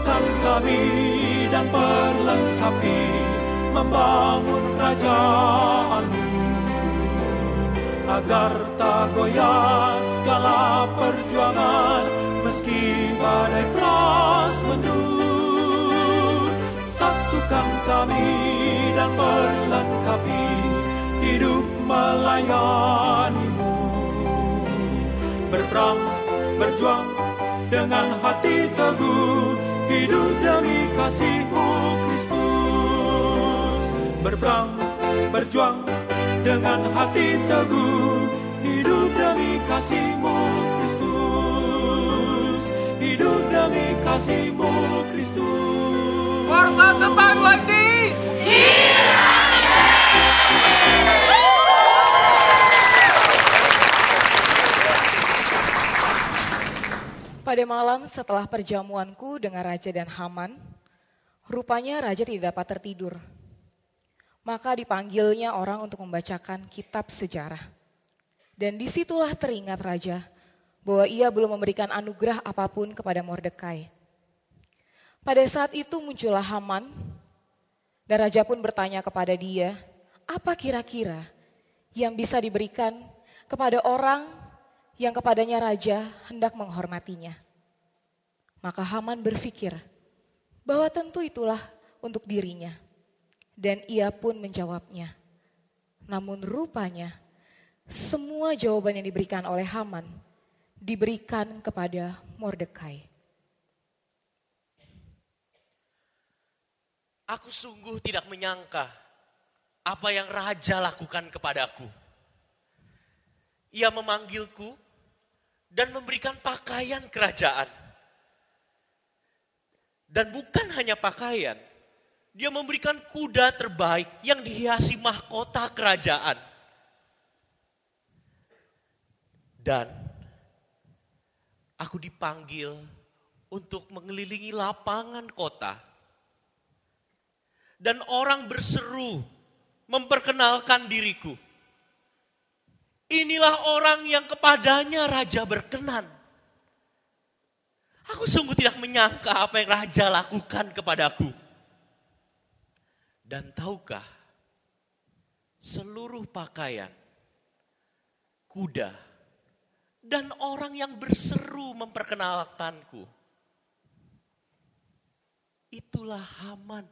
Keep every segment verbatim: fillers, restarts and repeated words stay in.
Satukan kami dan perlengkapi, membangun kerajaan-Mu, agar tak goyah segala perjuangan, meski badai keras mendung. Satukan kami dan perlengkapi, hidup melayani-Mu. Berperang, berjuang dengan hati teguh, hidup demi kasih-Mu Kristus. Berperang, berjuang dengan hati teguh, hidup demi kasih-Mu Kristus. Hidup demi kasih-Mu Kristus. Versus a time like this. Pada malam setelah perjamuanku dengan Raja dan Haman, rupanya Raja tidak dapat tertidur. Maka dipanggilnya orang untuk membacakan kitab sejarah. Dan disitulah teringat Raja bahwa ia belum memberikan anugerah apapun kepada Mordekai. Pada saat itu muncullah Haman, dan Raja pun bertanya kepada dia, apa kira-kira yang bisa diberikan kepada orang yang kepadanya Raja hendak menghormatinya. Maka Haman berpikir bahwa tentu itulah untuk dirinya. Dan ia pun menjawabnya. Namun rupanya semua jawaban yang diberikan oleh Haman diberikan kepada Mordekai. Aku sungguh tidak menyangka apa yang Raja lakukan kepadaku. Ia memanggilku dan memberikan pakaian kerajaan. Dan bukan hanya pakaian, dia memberikan kuda terbaik yang dihiasi mahkota kerajaan. Dan aku dipanggil untuk mengelilingi lapangan kota. Dan orang berseru memperkenalkan diriku. Inilah orang yang kepadanya Raja berkenan. Aku sungguh tidak menyangka apa yang Raja lakukan kepadaku. Dan tahukah, seluruh pakaian, kuda, dan orang yang berseru memperkenalkanku, itulah Haman.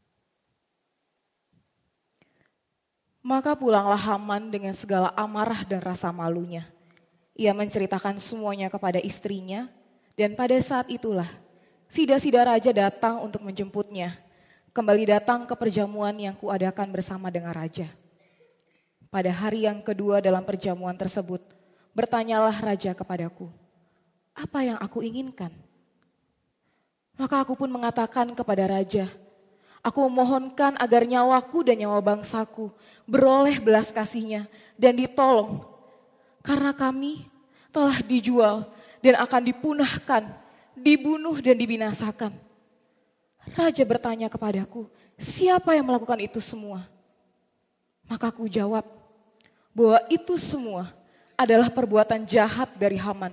Maka pulanglah Haman dengan segala amarah dan rasa malunya. Ia menceritakan semuanya kepada istrinya, dan pada saat itulah sida-sida Raja datang untuk menjemputnya, kembali datang ke perjamuan yang kuadakan bersama dengan Raja. Pada hari yang kedua dalam perjamuan tersebut, bertanyalah Raja kepadaku, apa yang aku inginkan? Maka aku pun mengatakan kepada Raja, aku memohonkan agar nyawaku dan nyawa bangsaku beroleh belas kasih-Nya dan ditolong. Karena kami telah dijual dan akan dipunahkan, dibunuh dan dibinasakan. Raja bertanya kepadaku, siapa yang melakukan itu semua? Maka aku jawab, bahwa itu semua adalah perbuatan jahat dari Haman.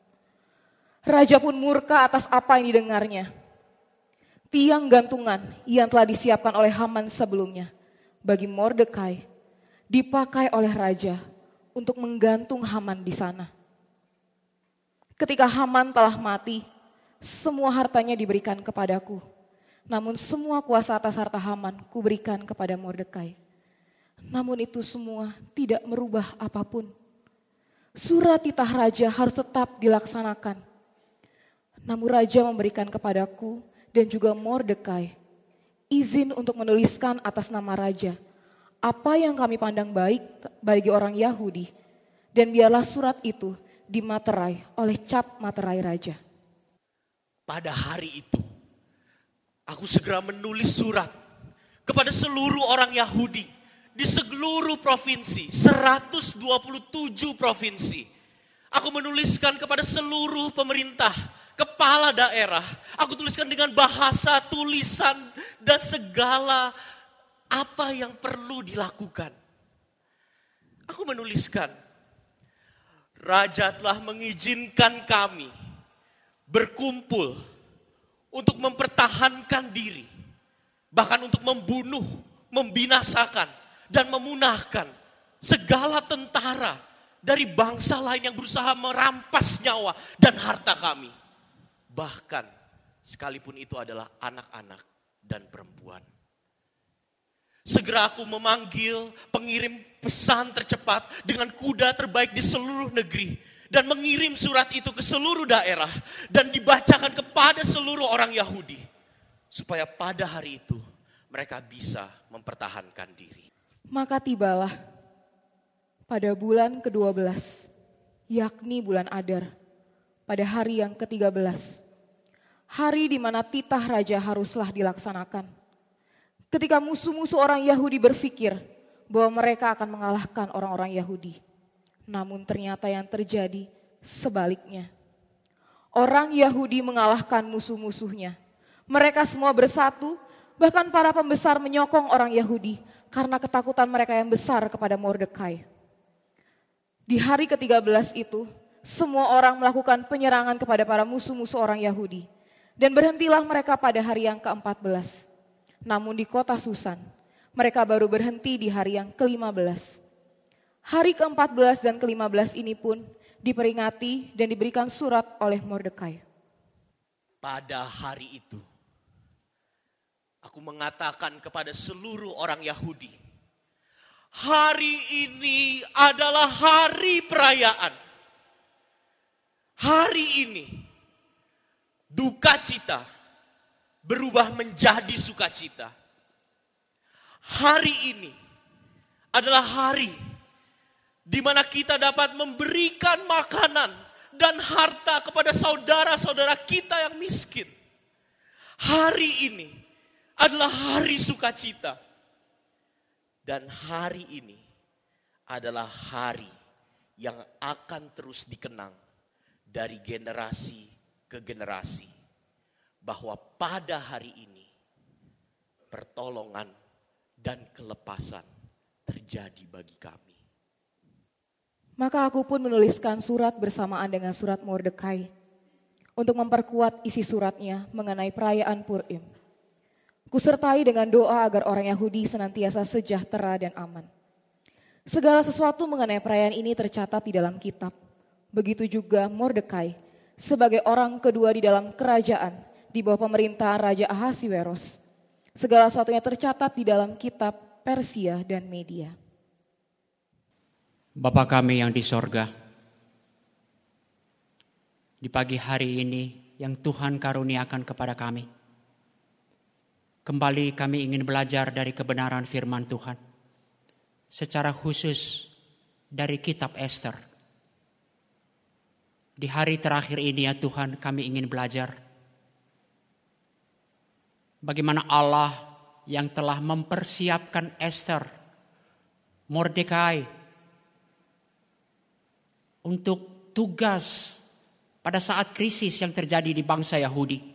Raja pun murka atas apa yang didengarnya. Tiang gantungan yang telah disiapkan oleh Haman sebelumnya bagi Mordekai dipakai oleh Raja untuk menggantung Haman di sana. Ketika Haman telah mati, semua hartanya diberikan kepadaku. Namun semua kuasa atas harta Haman kuberikan kepada Mordekai. Namun itu semua tidak merubah apapun. Surat titah Raja harus tetap dilaksanakan. Namun Raja memberikan kepadaku dan juga Mordekai izin untuk menuliskan atas nama Raja apa yang kami pandang baik bagi orang Yahudi, dan biarlah surat itu dimaterai oleh cap materai Raja. Pada hari itu, aku segera menulis surat kepada seluruh orang Yahudi di seluruh provinsi, seratus dua puluh tujuh provinsi. Aku menuliskan kepada seluruh pemerintah, kepala daerah. Aku tuliskan dengan bahasa, tulisan, dan segala apa yang perlu dilakukan. Aku menuliskan, Raja telah mengizinkan kami berkumpul untuk mempertahankan diri, bahkan untuk membunuh, membinasakan, dan memunahkan segala tentara dari bangsa lain yang berusaha merampas nyawa dan harta kami. Bahkan sekalipun itu adalah anak-anak dan perempuan. Segera aku memanggil pengirim pesan tercepat dengan kuda terbaik di seluruh negeri dan mengirim surat itu ke seluruh daerah dan dibacakan kepada seluruh orang Yahudi supaya pada hari itu mereka bisa mempertahankan diri. Maka tibalah pada bulan kedua belas, yakni bulan Adar, pada hari yang ketiga belas, hari di mana titah raja haruslah dilaksanakan. Ketika musuh-musuh orang Yahudi berpikir bahwa mereka akan mengalahkan orang-orang Yahudi. Namun ternyata yang terjadi sebaliknya. Orang Yahudi mengalahkan musuh-musuhnya. Mereka semua bersatu, bahkan para pembesar menyokong orang Yahudi karena ketakutan mereka yang besar kepada Mordekai. Di hari ketiga belas itu, semua orang melakukan penyerangan kepada para musuh-musuh orang Yahudi. Dan berhentilah mereka pada hari yang keempat belas. Namun di kota Susan, mereka baru berhenti di hari yang kelima belas. Hari keempat belas dan kelima belas ini pun diperingati dan diberikan surat oleh Mordekai. Pada hari itu, aku mengatakan kepada seluruh orang Yahudi, hari ini adalah hari perayaan. Hari ini, duka cita berubah menjadi sukacita. Hari ini adalah hari di mana kita dapat memberikan makanan dan harta kepada saudara-saudara kita yang miskin. Hari ini adalah hari sukacita. Dan hari ini adalah hari yang akan terus dikenang dari generasi ke generasi. Bahwa pada hari ini pertolongan dan kelepasan terjadi bagi kami. Maka aku pun menuliskan surat bersamaan dengan surat Mordekai untuk memperkuat isi suratnya mengenai perayaan Purim. Kusertai dengan doa agar orang Yahudi senantiasa sejahtera dan aman. Segala sesuatu mengenai perayaan ini tercatat di dalam kitab. Begitu juga Mordekai sebagai orang kedua di dalam kerajaan di bawah pemerintahan Raja Ahasiweros. Segala sesuatunya tercatat di dalam kitab Persia dan Media. Bapa kami yang di sorga, di pagi hari ini yang Tuhan karuniakan kepada kami, kembali kami ingin belajar dari kebenaran firman Tuhan, secara khusus dari kitab Ester. Di hari terakhir ini ya Tuhan, kami ingin belajar bagaimana Allah yang telah mempersiapkan Ester, Mordekai untuk tugas pada saat krisis yang terjadi di bangsa Yahudi.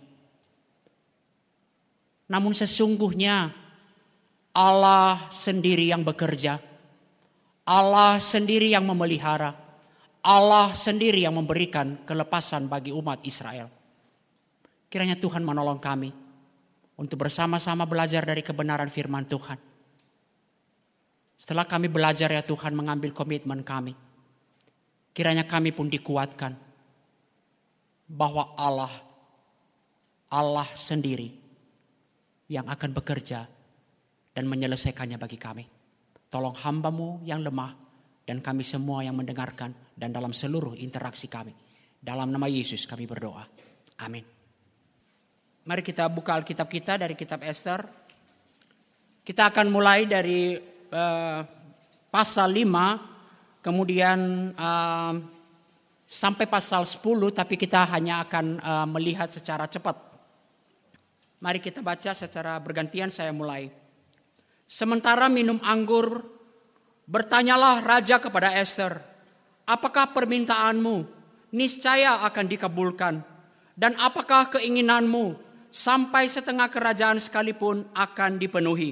Namun sesungguhnya Allah sendiri yang bekerja, Allah sendiri yang memelihara, Allah sendiri yang memberikan kelepasan bagi umat Israel. Kiranya Tuhan menolong kami untuk bersama-sama belajar dari kebenaran firman Tuhan. Setelah kami belajar ya Tuhan mengambil komitmen kami. Kiranya kami pun dikuatkan bahwa Allah, Allah sendiri yang akan bekerja dan menyelesaikannya bagi kami. Tolong hamba-Mu yang lemah dan kami semua yang mendengarkan dan dalam seluruh interaksi kami. Dalam nama Yesus kami berdoa. Amin. Mari kita buka Alkitab kita dari kitab Ester. Kita akan mulai dari uh, pasal lima, kemudian uh, sampai pasal sepuluh, tapi kita hanya akan uh, melihat secara cepat. Mari kita baca secara bergantian, saya mulai. Sementara minum anggur, bertanyalah raja kepada Ester, apakah permintaanmu niscaya akan dikabulkan? Dan apakah keinginanmu sampai setengah kerajaan sekalipun akan dipenuhi?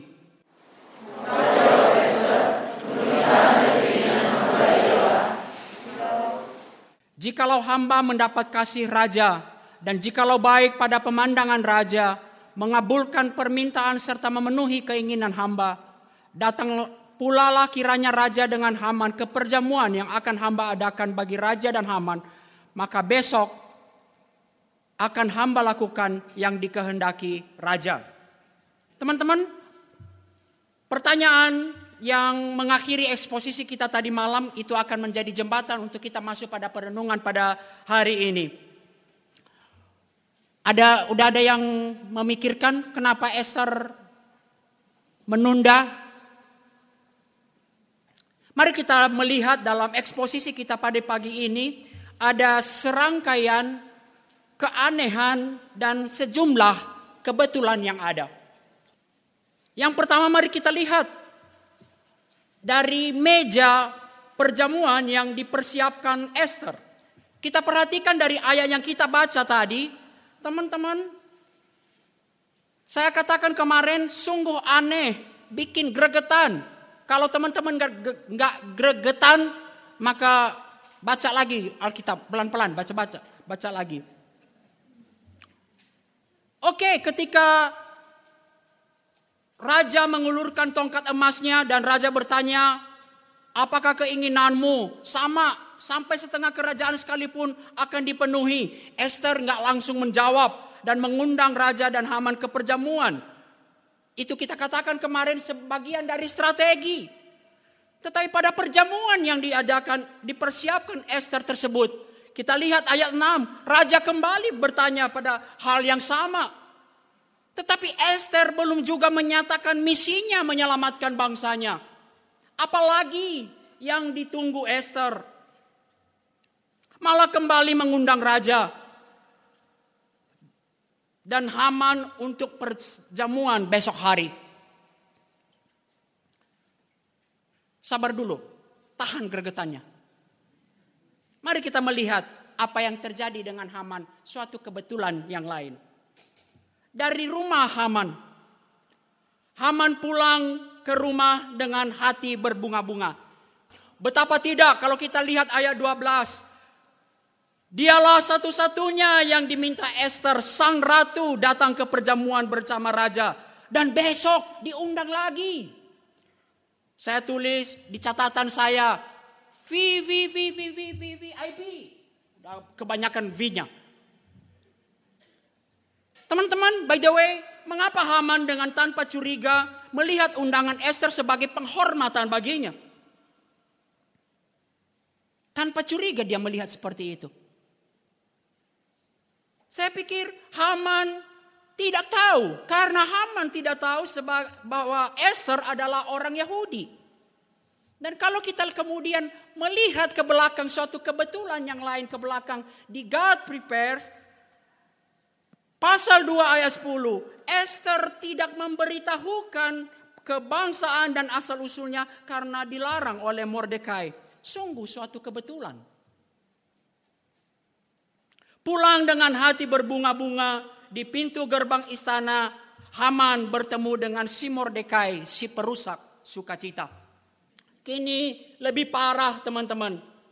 Jikalau hamba mendapat kasih raja dan jikalau baik pada pemandangan raja, mengabulkan permintaan serta memenuhi keinginan hamba, datang pula lah kiranya raja dengan Haman ke perjamuan yang akan hamba adakan bagi raja dan Haman, maka besok akan hamba lakukan yang dikehendaki raja. Teman-teman, pertanyaan yang mengakhiri eksposisi kita tadi malam itu akan menjadi jembatan untuk kita masuk pada perenungan pada hari ini. Ada, udah ada yang memikirkan kenapa Esther menunda? Mari kita melihat dalam eksposisi kita pada pagi ini ada serangkaian keanehan dan sejumlah kebetulan yang ada. Yang pertama mari kita lihat dari meja perjamuan yang dipersiapkan Esther. Kita perhatikan dari ayat yang kita baca tadi, teman-teman, saya katakan kemarin sungguh aneh, bikin gregetan. Kalau teman-teman nggak gregetan, maka baca lagi Alkitab, pelan-pelan, baca-baca, baca lagi. Oke, ketika raja mengulurkan tongkat emasnya dan raja bertanya, apakah keinginanmu? Sama, sampai setengah kerajaan sekalipun akan dipenuhi. Esther nggak langsung menjawab dan mengundang raja dan Haman ke perjamuan. Itu kita katakan kemarin sebagian dari strategi. Tetapi pada perjamuan yang diadakan, dipersiapkan Esther tersebut, kita lihat ayat enam, raja kembali bertanya pada hal yang sama. Tetapi Esther belum juga menyatakan misinya menyelamatkan bangsanya. Apalagi yang ditunggu Esther? Malah kembali mengundang raja dan Haman untuk perjamuan besok hari. Sabar dulu, tahan gregetannya. Mari kita melihat apa yang terjadi dengan Haman, suatu kebetulan yang lain. Dari rumah Haman, Haman pulang ke rumah dengan hati berbunga-bunga. Betapa tidak kalau kita lihat ayat dua belas. Dialah satu-satunya yang diminta Esther, sang ratu, datang ke perjamuan bersama raja. Dan besok diundang lagi. Saya tulis di catatan saya, V, V, V, V, V, V, V I P. Kebanyakan V-nya. Teman-teman, by the way, mengapa Haman dengan tanpa curiga melihat undangan Esther sebagai penghormatan baginya? Tanpa curiga dia melihat seperti itu. Saya pikir Haman tidak tahu, karena Haman tidak tahu bahwa Esther adalah orang Yahudi. Dan kalau kita kemudian melihat ke belakang suatu kebetulan yang lain ke belakang di God Prepares, pasal dua ayat sepuluh, Esther tidak memberitahukan kebangsaan dan asal-usulnya karena dilarang oleh Mordekai. Sungguh suatu kebetulan. Pulang dengan hati berbunga-bunga di pintu gerbang istana, Haman bertemu dengan si Mordekai, si perusak sukacita. Kini lebih parah teman-teman.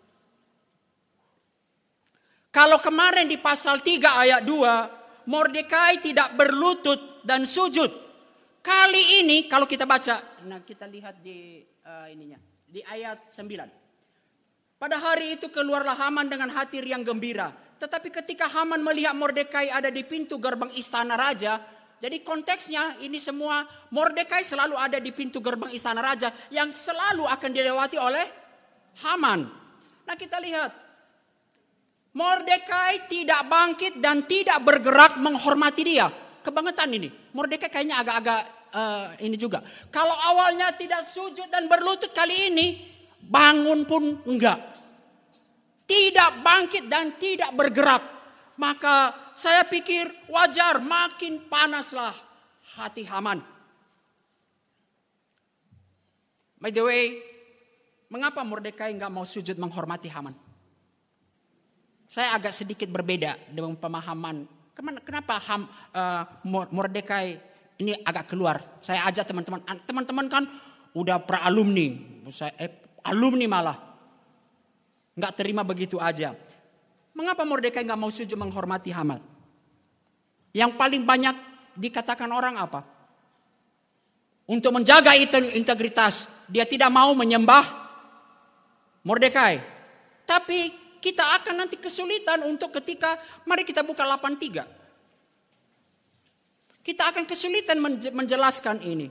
Kalau kemarin di pasal tiga ayat dua, Mordekai tidak berlutut dan sujud. Kali ini kalau kita baca, nah kita lihat di uh, ininya, di ayat sembilan. Pada hari itu keluarlah Haman dengan hati riang gembira. Tetapi ketika Haman melihat Mordekai ada di pintu gerbang istana raja, jadi konteksnya ini semua Mordekai selalu ada di pintu gerbang istana raja yang selalu akan dilewati oleh Haman. Nah kita lihat, Mordekai tidak bangkit dan tidak bergerak menghormati dia. Kebangetan ini. Mordekai kayaknya agak-agak uh, ini juga. Kalau awalnya tidak sujud dan berlutut, kali ini bangun pun enggak. Tidak bangkit dan tidak bergerak. Maka saya pikir wajar makin panaslah hati Haman. By the way, mengapa Mordekai enggak mau sujud menghormati Haman? Saya agak sedikit berbeda dengan pemahaman. Kenapa Ham, uh, Mordekai ini agak keluar? Saya ajak teman-teman. Teman-teman kan udah pra-alumni. Saya, eh, alumni malah. Nggak terima begitu aja. Mengapa Mordekai nggak mau sujud menghormati Haman? Yang paling banyak dikatakan orang apa? Untuk menjaga integritas, dia tidak mau menyembah Mordekai. Tapi kita akan nanti kesulitan untuk ketika, mari kita buka delapan tiga. Kita akan kesulitan menjelaskan ini.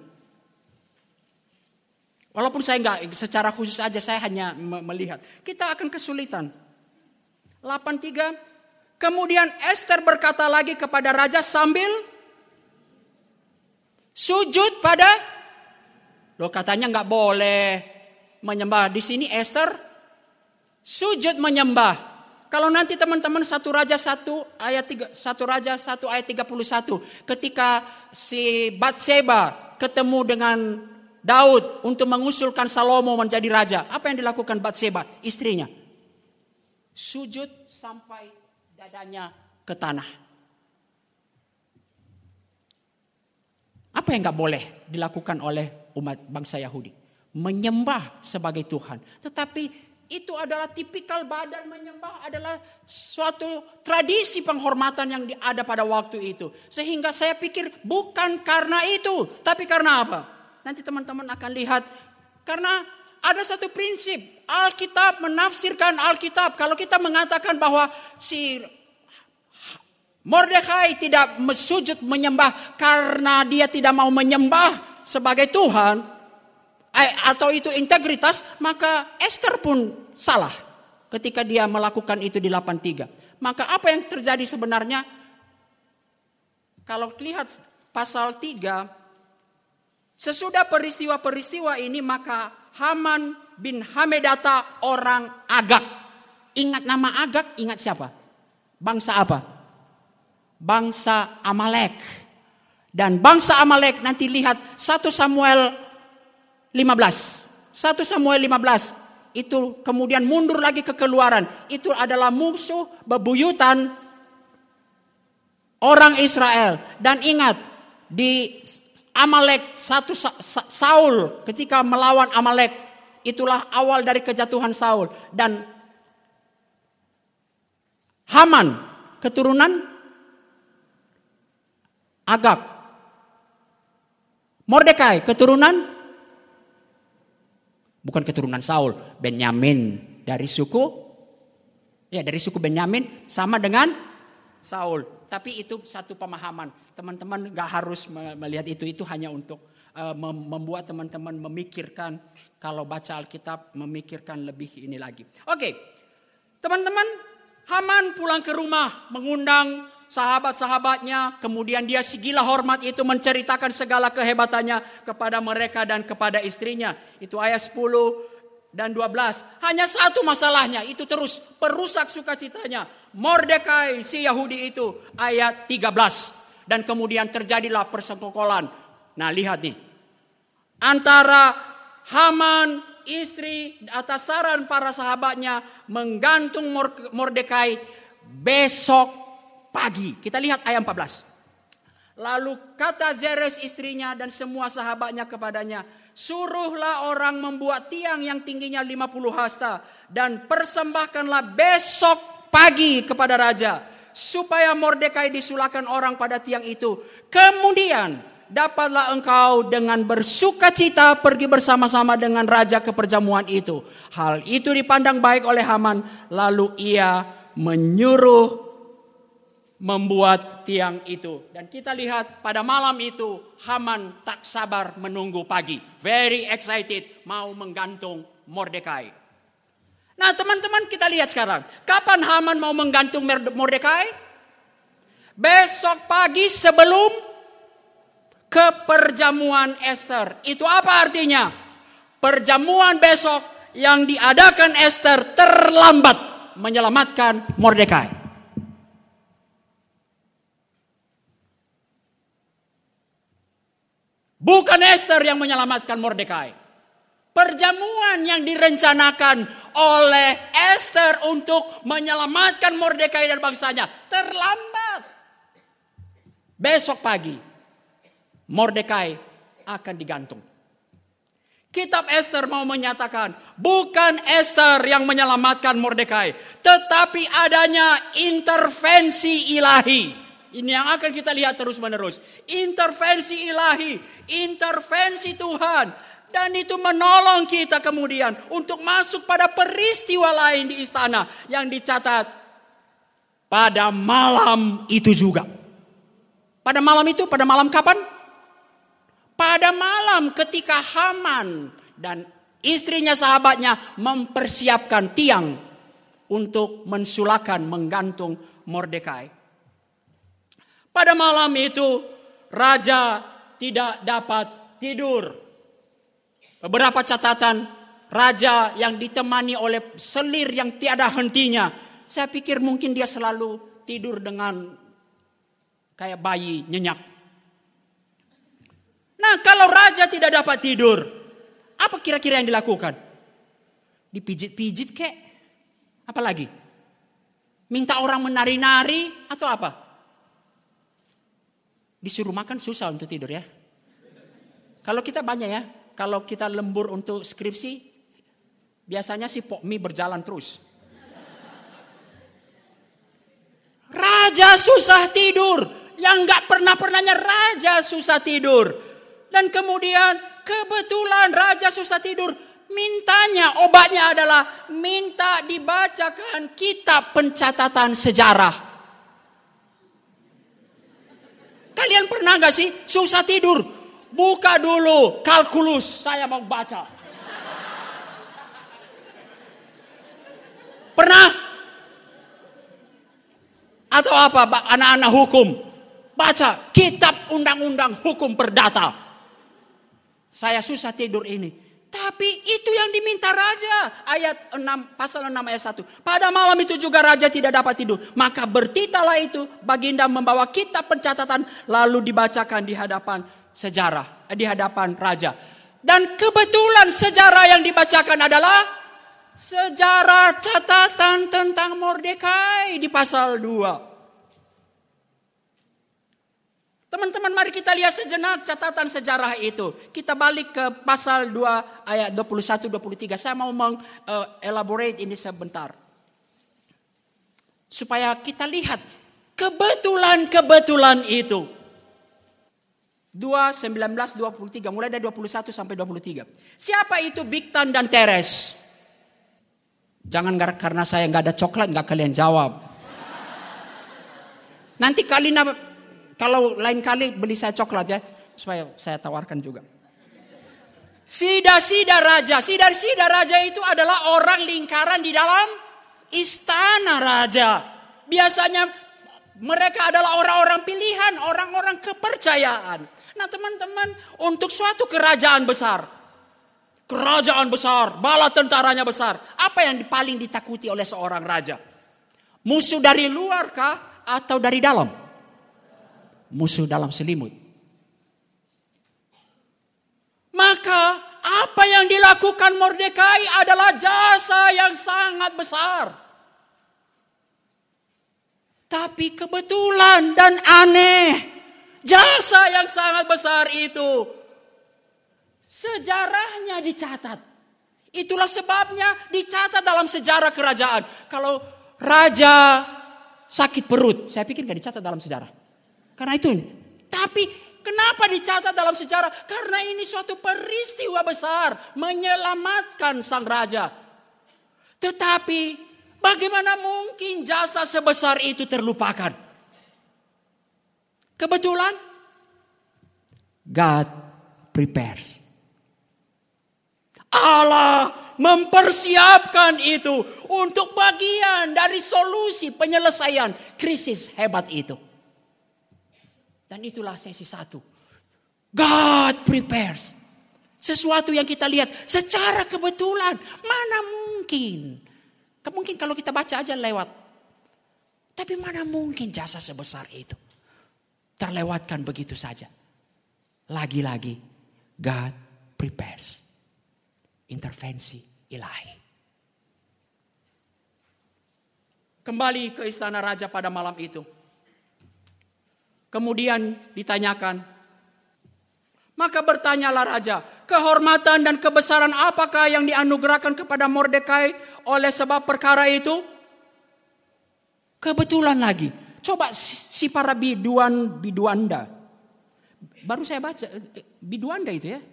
Walaupun saya enggak secara khusus aja, saya hanya melihat. Kita akan kesulitan. delapan tiga. Kemudian Esther berkata lagi kepada raja sambil sujud pada, loh katanya nggak boleh menyembah. Di sini Esther sujud menyembah. Kalau nanti teman-teman satu raja satu ayat tiga, satu raja satu ayat tiga puluh satu, ketika si Batseba ketemu dengan Daud untuk mengusulkan Salomo menjadi raja, apa yang dilakukan Batseba istrinya? Sujud sampai dadanya ke tanah. Apa yang gak boleh dilakukan oleh umat bangsa Yahudi? Menyembah sebagai Tuhan. Tetapi itu adalah tipikal badan menyembah, adalah suatu tradisi penghormatan yang ada pada waktu itu. Sehingga saya pikir bukan karena itu, tapi karena apa? Nanti teman-teman akan lihat. Karena ada satu prinsip, Alkitab menafsirkan Alkitab. Kalau kita mengatakan bahwa si Mordekai tidak sujud menyembah karena dia tidak mau menyembah sebagai Tuhan, atau itu integritas, maka Esther pun salah ketika dia melakukan itu di delapan tiga. Maka apa yang terjadi sebenarnya? Kalau lihat pasal tiga, sesudah peristiwa-peristiwa ini maka Haman bin Hamedata orang Agag. Ingat nama Agag, ingat siapa? Bangsa apa? Bangsa Amalek. Dan bangsa Amalek nanti lihat satu Samuel lima belas. satu Samuel lima belas itu kemudian mundur lagi ke Keluaran. Itu adalah musuh bebuyutan orang Israel. Dan ingat di Amalek satu Saul ketika melawan Amalek, itulah awal dari kejatuhan Saul. Dan Haman keturunan Agag. Mordekai keturunan, bukan keturunan Saul, Benyamin, dari suku, ya dari suku Benyamin sama dengan Saul. Tapi itu satu pemahaman. Teman-teman gak harus melihat itu, itu hanya untuk uh, membuat teman-teman memikirkan, kalau baca Alkitab memikirkan lebih ini lagi. Oke, teman-teman, Haman pulang ke rumah mengundang sahabat-sahabatnya, kemudian dia segila hormat itu menceritakan segala kehebatannya kepada mereka dan kepada istrinya. Itu ayat sepuluh dan dua belas. Hanya satu masalahnya, itu terus perusak sukacitanya. Mordekai si Yahudi itu, ayat tiga belas. Dan kemudian terjadilah persekongkolan. Nah lihat nih, antara Haman istri atas saran para sahabatnya menggantung Mordekai besok pagi. Kita lihat ayat empat belas. Lalu kata Zeres istrinya dan semua sahabatnya kepadanya, suruhlah orang membuat tiang yang tingginya lima puluh hasta dan persembahkanlah besok pagi kepada raja, supaya Mordekai disulahkan orang pada tiang itu. Kemudian dapatlah engkau dengan bersukacita pergi bersama-sama dengan raja ke perjamuan itu. Hal itu dipandang baik oleh Haman, lalu ia menyuruh membuat tiang itu. Dan kita lihat pada malam itu Haman tak sabar menunggu pagi. Very excited mau menggantung Mordekai. Nah teman-teman, kita lihat sekarang. Kapan Haman mau menggantung Mordekai? Besok pagi sebelum ke perjamuan Esther. Itu apa artinya? Perjamuan besok yang diadakan Esther terlambat menyelamatkan Mordekai. Bukan Esther yang menyelamatkan Mordekai. Perjamuan yang direncanakan oleh Esther untuk menyelamatkan Mordekai dan bangsanya terlambat. Besok pagi Mordekai akan digantung. Kitab Esther mau menyatakan bukan Esther yang menyelamatkan Mordekai, tetapi adanya intervensi ilahi Ini yang akan kita lihat terus menerus. Intervensi ilahi, intervensi Tuhan. Dan itu menolong kita kemudian untuk masuk pada peristiwa lain di istana yang dicatat pada malam itu juga. Pada malam itu, pada malam kapan? Pada malam ketika Haman dan istrinya sahabatnya mempersiapkan tiang untuk mensulakan, menggantung Mordekai. Pada malam itu raja tidak dapat tidur. Beberapa catatan raja yang ditemani oleh selir yang tiada hentinya. Saya pikir mungkin dia selalu tidur dengan kayak bayi nyenyak. Nah, kalau raja tidak dapat tidur, apa kira-kira yang dilakukan? Dipijit-pijit kek? Apa lagi? Minta orang menari-nari atau apa? Disuruh makan susah untuk tidur ya. Kalau kita banyak ya, kalau kita lembur untuk skripsi, biasanya si pok mie berjalan terus. Raja susah tidur, yang nggak pernah-pernahnya raja susah tidur. Dan kemudian kebetulan raja susah tidur, mintanya obatnya adalah minta dibacakan kitab pencatatan sejarah. Kalian pernah gak sih susah tidur? Buka dulu kalkulus, saya mau baca. Pernah? Atau apa anak-anak hukum? Baca kitab undang-undang hukum perdata. Saya susah tidur ini. Tapi itu yang diminta raja. Ayat enam, pasal enam ayat satu. Pada malam itu juga raja tidak dapat tidur. Maka bertitalah itu baginda membawa kitab pencatatan. Lalu dibacakan di hadapan sejarah. Di hadapan raja. Dan kebetulan sejarah yang dibacakan adalah sejarah catatan tentang Mordekai di pasal dua. Teman-teman, mari kita lihat sejenak catatan sejarah itu. Kita balik ke pasal dua ayat dua puluh satu dua puluh tiga. Saya mau mengelaborate ini sebentar. Supaya kita lihat kebetulan-kebetulan itu. dua, sembilan belas, dua puluh tiga. Mulai dari dua puluh satu sampai dua puluh tiga. Siapa itu Bigtan dan Teres? Jangan karena saya nggak ada coklat nggak kalian jawab. Nanti kalian kalau lain kali beli saya coklat ya, supaya saya tawarkan juga. Sida-sida raja, sida-sida raja itu adalah orang lingkaran di dalam istana raja. Biasanya mereka adalah orang-orang pilihan, orang-orang kepercayaan. Nah teman-teman, untuk suatu kerajaan besar, kerajaan besar, bala tentaranya besar, apa yang paling ditakuti oleh seorang raja? Musuh dari luar kah atau dari dalam? Musuh dalam selimut. Maka apa yang dilakukan Mordekai adalah jasa yang sangat besar. Tapi kebetulan dan aneh, jasa yang sangat besar itu sejarahnya dicatat. Itulah sebabnya dicatat dalam sejarah kerajaan. Kalau raja sakit perut, saya pikir gak dicatat dalam sejarah. Karena itu, tapi kenapa dicatat dalam sejarah? Karena ini suatu peristiwa besar menyelamatkan sang raja. Tetapi bagaimana mungkin jasa sebesar itu terlupakan? Kebetulan God prepares. Allah mempersiapkan itu untuk bagian dari solusi penyelesaian krisis hebat itu. Dan itulah sesi satu. God prepares. Sesuatu yang kita lihat secara kebetulan. Mana mungkin. Mungkin kalau kita baca aja lewat. Tapi mana mungkin jasa sebesar itu terlewatkan begitu saja. Lagi-lagi God prepares. Intervensi ilahi. Kembali ke istana raja pada malam itu. Kemudian ditanyakan, maka bertanyalah raja, kehormatan dan kebesaran apakah yang dianugerahkan kepada Mordekai oleh sebab perkara itu? Kebetulan lagi, Coba si, si para biduan, biduanda. Baru saya baca, biduanda itu ya.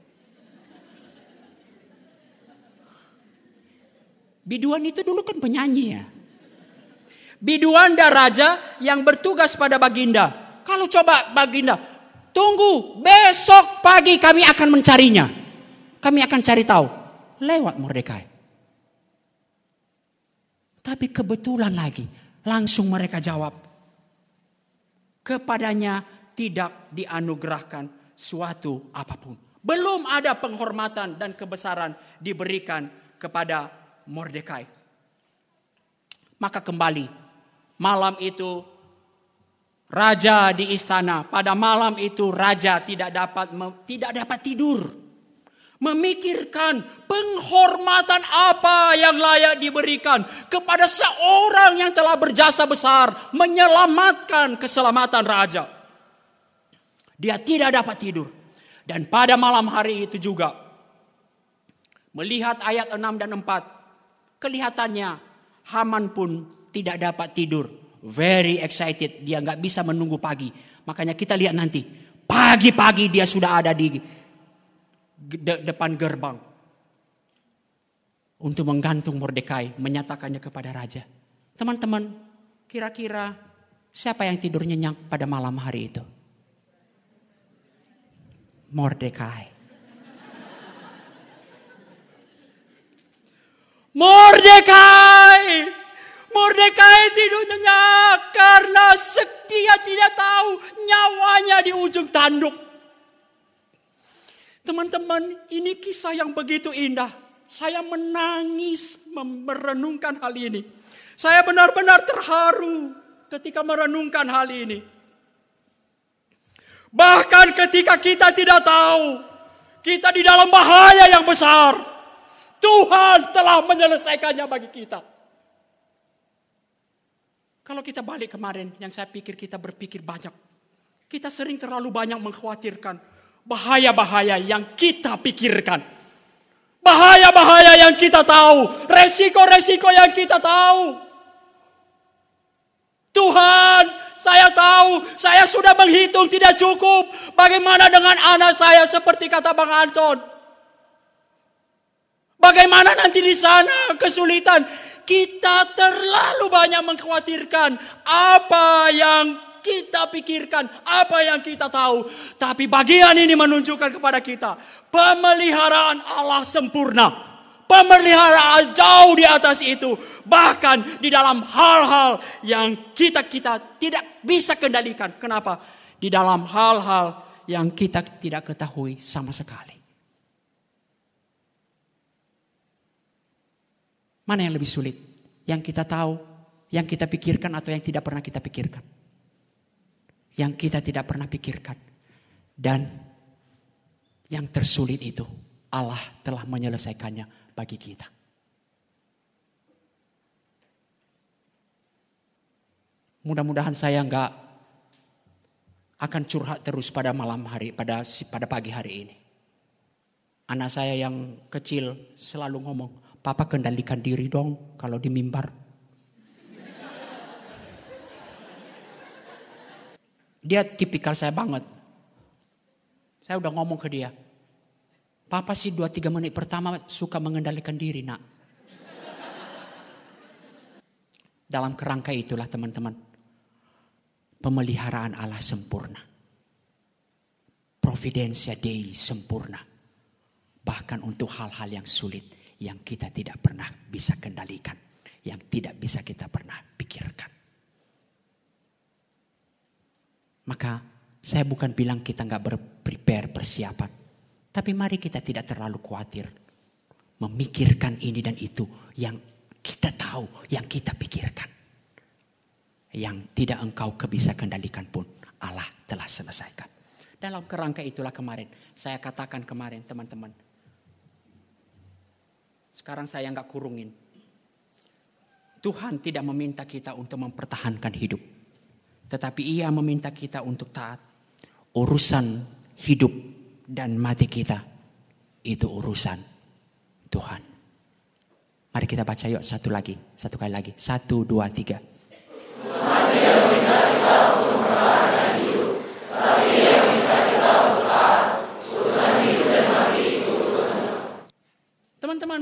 Biduan itu dulu kan penyanyi ya. Biduanda raja yang bertugas pada Baginda. Kalau coba Baginda, tunggu besok pagi kami akan mencarinya. Kami akan cari tahu. Lewat Mordekai. Tapi kebetulan lagi, langsung mereka jawab. Kepadanya tidak dianugerahkan suatu apapun. Belum ada penghormatan dan kebesaran diberikan kepada Mordekai. Maka kembali malam itu raja di istana, pada malam itu raja tidak dapat tidak dapat tidur, memikirkan penghormatan apa yang layak diberikan kepada seorang yang telah berjasa besar menyelamatkan keselamatan raja. Dia tidak dapat tidur. Dan pada malam hari itu juga melihat ayat enam dan empat, kelihatannya Haman pun tidak dapat tidur. Very excited. Dia gak bisa menunggu pagi. Makanya kita lihat nanti. Pagi-pagi dia sudah ada di de- depan gerbang. Untuk menggantung Mordekai. Menyatakannya kepada raja. Teman-teman, kira-kira siapa yang tidur nyenyak pada malam hari itu? Mordekai. Mordekai, Mordekai tidur nyenyak karena dia tidak tahu nyawanya di ujung tanduk. Teman-teman, ini kisah yang begitu indah. Saya menangis merenungkan hal ini. Saya benar-benar terharu ketika merenungkan hal ini. Bahkan ketika kita tidak tahu, kita di dalam bahaya yang besar, Tuhan telah menyelesaikannya bagi kita. Kalau kita balik kemarin, yang saya pikir kita berpikir banyak. Kita sering terlalu banyak mengkhawatirkan bahaya-bahaya yang kita pikirkan. Bahaya-bahaya yang kita tahu. Resiko-resiko yang kita tahu. Tuhan, saya tahu, saya sudah menghitung tidak cukup. Bagaimana dengan anak saya seperti kata Bang Anton? Bagaimana nanti di sana kesulitan? Kita terlalu banyak mengkhawatirkan apa yang kita pikirkan, apa yang kita tahu. Tapi bagian ini menunjukkan kepada kita pemeliharaan Allah sempurna. Pemeliharaan jauh di atas itu. Bahkan di dalam hal-hal yang kita kita tidak bisa kendalikan. Kenapa? Di dalam hal-hal yang kita tidak ketahui sama sekali. Mana yang lebih sulit? Yang kita tahu, yang kita pikirkan atau yang tidak pernah kita pikirkan? Yang kita tidak pernah pikirkan. Dan yang tersulit itu Allah telah menyelesaikannya bagi kita. Mudah-mudahan saya enggak akan curhat terus pada malam hari, pada pada pagi hari ini. Anak saya yang kecil selalu ngomong, Papa kendalikan diri dong kalau di mimbar. Dia tipikal saya banget. Saya udah ngomong ke dia. Papa sih dua tiga menit pertama suka mengendalikan diri nak. Dalam kerangka itulah teman-teman. Pemeliharaan Allah sempurna. Providensia Dei sempurna. Bahkan untuk hal-hal yang sulit. Yang kita tidak pernah bisa kendalikan. Yang tidak bisa kita pernah pikirkan. Maka saya bukan bilang kita gak berprepare persiapan. Tapi mari kita tidak terlalu khawatir. Memikirkan ini dan itu. Yang kita tahu, yang kita pikirkan. Yang tidak engkau bisa kendalikan pun Allah telah selesaikan. Dalam kerangka itulah kemarin. Saya katakan kemarin teman-teman. Sekarang saya enggak kurungin. Tuhan tidak meminta kita untuk mempertahankan hidup. Tetapi ia meminta kita untuk taat. Urusan hidup dan mati kita. Itu urusan Tuhan. Mari kita baca yuk satu lagi. Satu kali lagi. Satu, dua, tiga. Tuhan tidak meminta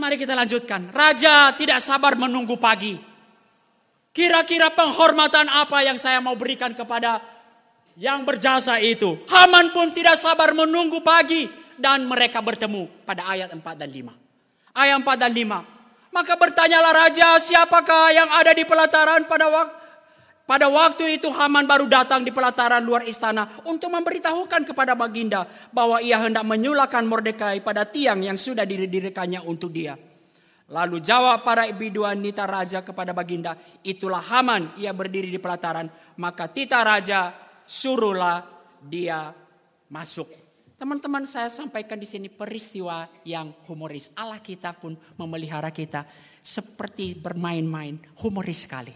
mari kita lanjutkan. Raja tidak sabar menunggu pagi. Kira-kira penghormatan apa yang saya mau berikan kepada yang berjasa itu? Haman pun tidak sabar menunggu pagi. Dan mereka bertemu pada ayat empat dan lima. Ayat empat dan lima. Maka bertanyalah raja, siapakah yang ada di pelataran pada waktu pada waktu itu Haman baru datang di pelataran luar istana untuk memberitahukan kepada Baginda bahwa ia hendak menyulahkan Mordekai pada tiang yang sudah didirikannya untuk dia. Lalu jawab para biduan nita raja kepada Baginda, itulah Haman, ia berdiri di pelataran. Maka tita raja, suruhlah dia masuk. Teman-teman, saya sampaikan di sini peristiwa yang humoris. Allah kita pun memelihara kita seperti bermain-main, humoris sekali.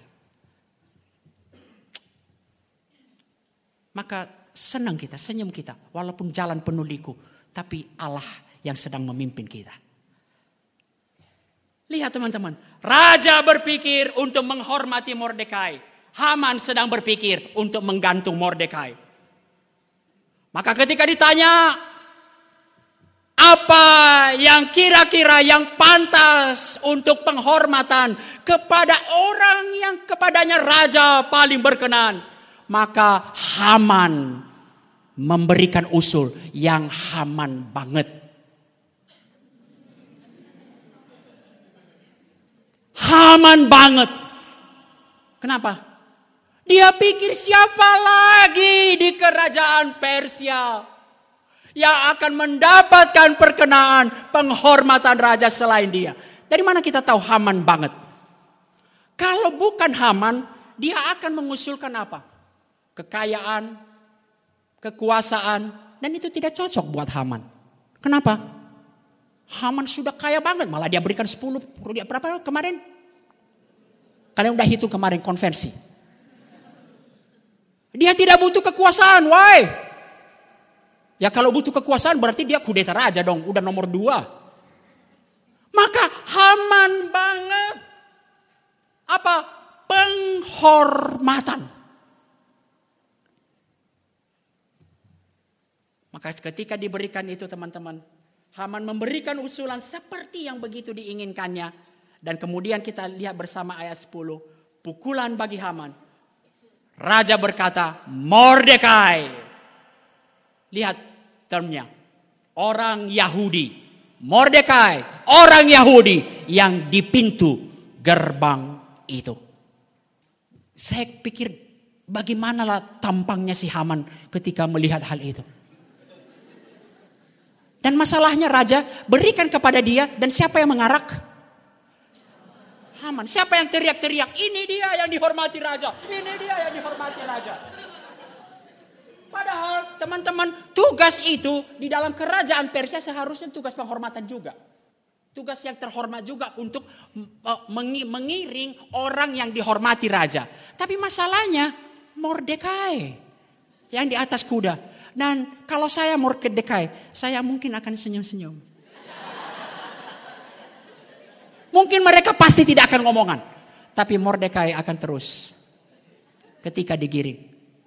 Maka senang kita, senyum kita, walaupun jalan penuh liku, tapi Allah yang sedang memimpin kita. Lihat teman-teman, raja berpikir untuk menghormati Mordekai. Haman sedang berpikir untuk menggantung Mordekai. Maka ketika ditanya, apa yang kira-kira yang pantas untuk penghormatan kepada orang yang kepadanya raja paling berkenan, maka Haman memberikan usul yang Haman banget. Haman banget. Kenapa? Dia pikir siapa lagi di kerajaan Persia yang akan mendapatkan perkenaan penghormatan raja selain dia. Dari mana kita tahu Haman banget? Kalau bukan Haman, dia akan mengusulkan apa? Kekayaan, kekuasaan, dan itu tidak cocok buat Haman. Kenapa? Haman sudah kaya banget, malah dia berikan sepuluh, berapa kemarin? Kalian udah hitung kemarin konversi. Dia tidak butuh kekuasaan, why? Ya kalau butuh kekuasaan berarti dia kudeta raja dong, udah nomor dua. Maka Haman banget. Apa? Penghormatan. Maka ketika diberikan itu teman-teman, Haman memberikan usulan seperti yang begitu diinginkannya. Dan kemudian kita lihat bersama ayat sepuluh. Pukulan bagi Haman. Raja berkata, Mordekai. Lihat termnya. Orang Yahudi. Mordekai. Orang Yahudi yang di pintu gerbang itu. Saya pikir bagaimanalah tampangnya si Haman ketika melihat hal itu. Dan masalahnya raja berikan kepada dia dan siapa yang mengarak? Haman. Siapa yang teriak-teriak? Ini dia yang dihormati raja. Ini dia yang dihormati raja. Padahal teman-teman, tugas itu di dalam kerajaan Persia seharusnya tugas penghormatan juga. Tugas yang terhormat juga untuk mengiring orang yang dihormati raja. Tapi masalahnya Mordekai yang di atas kuda. Dan kalau saya Mordekai, saya mungkin akan senyum-senyum. Mungkin mereka pasti tidak akan ngomongan. Tapi Mordekai akan terus. Ketika digiring.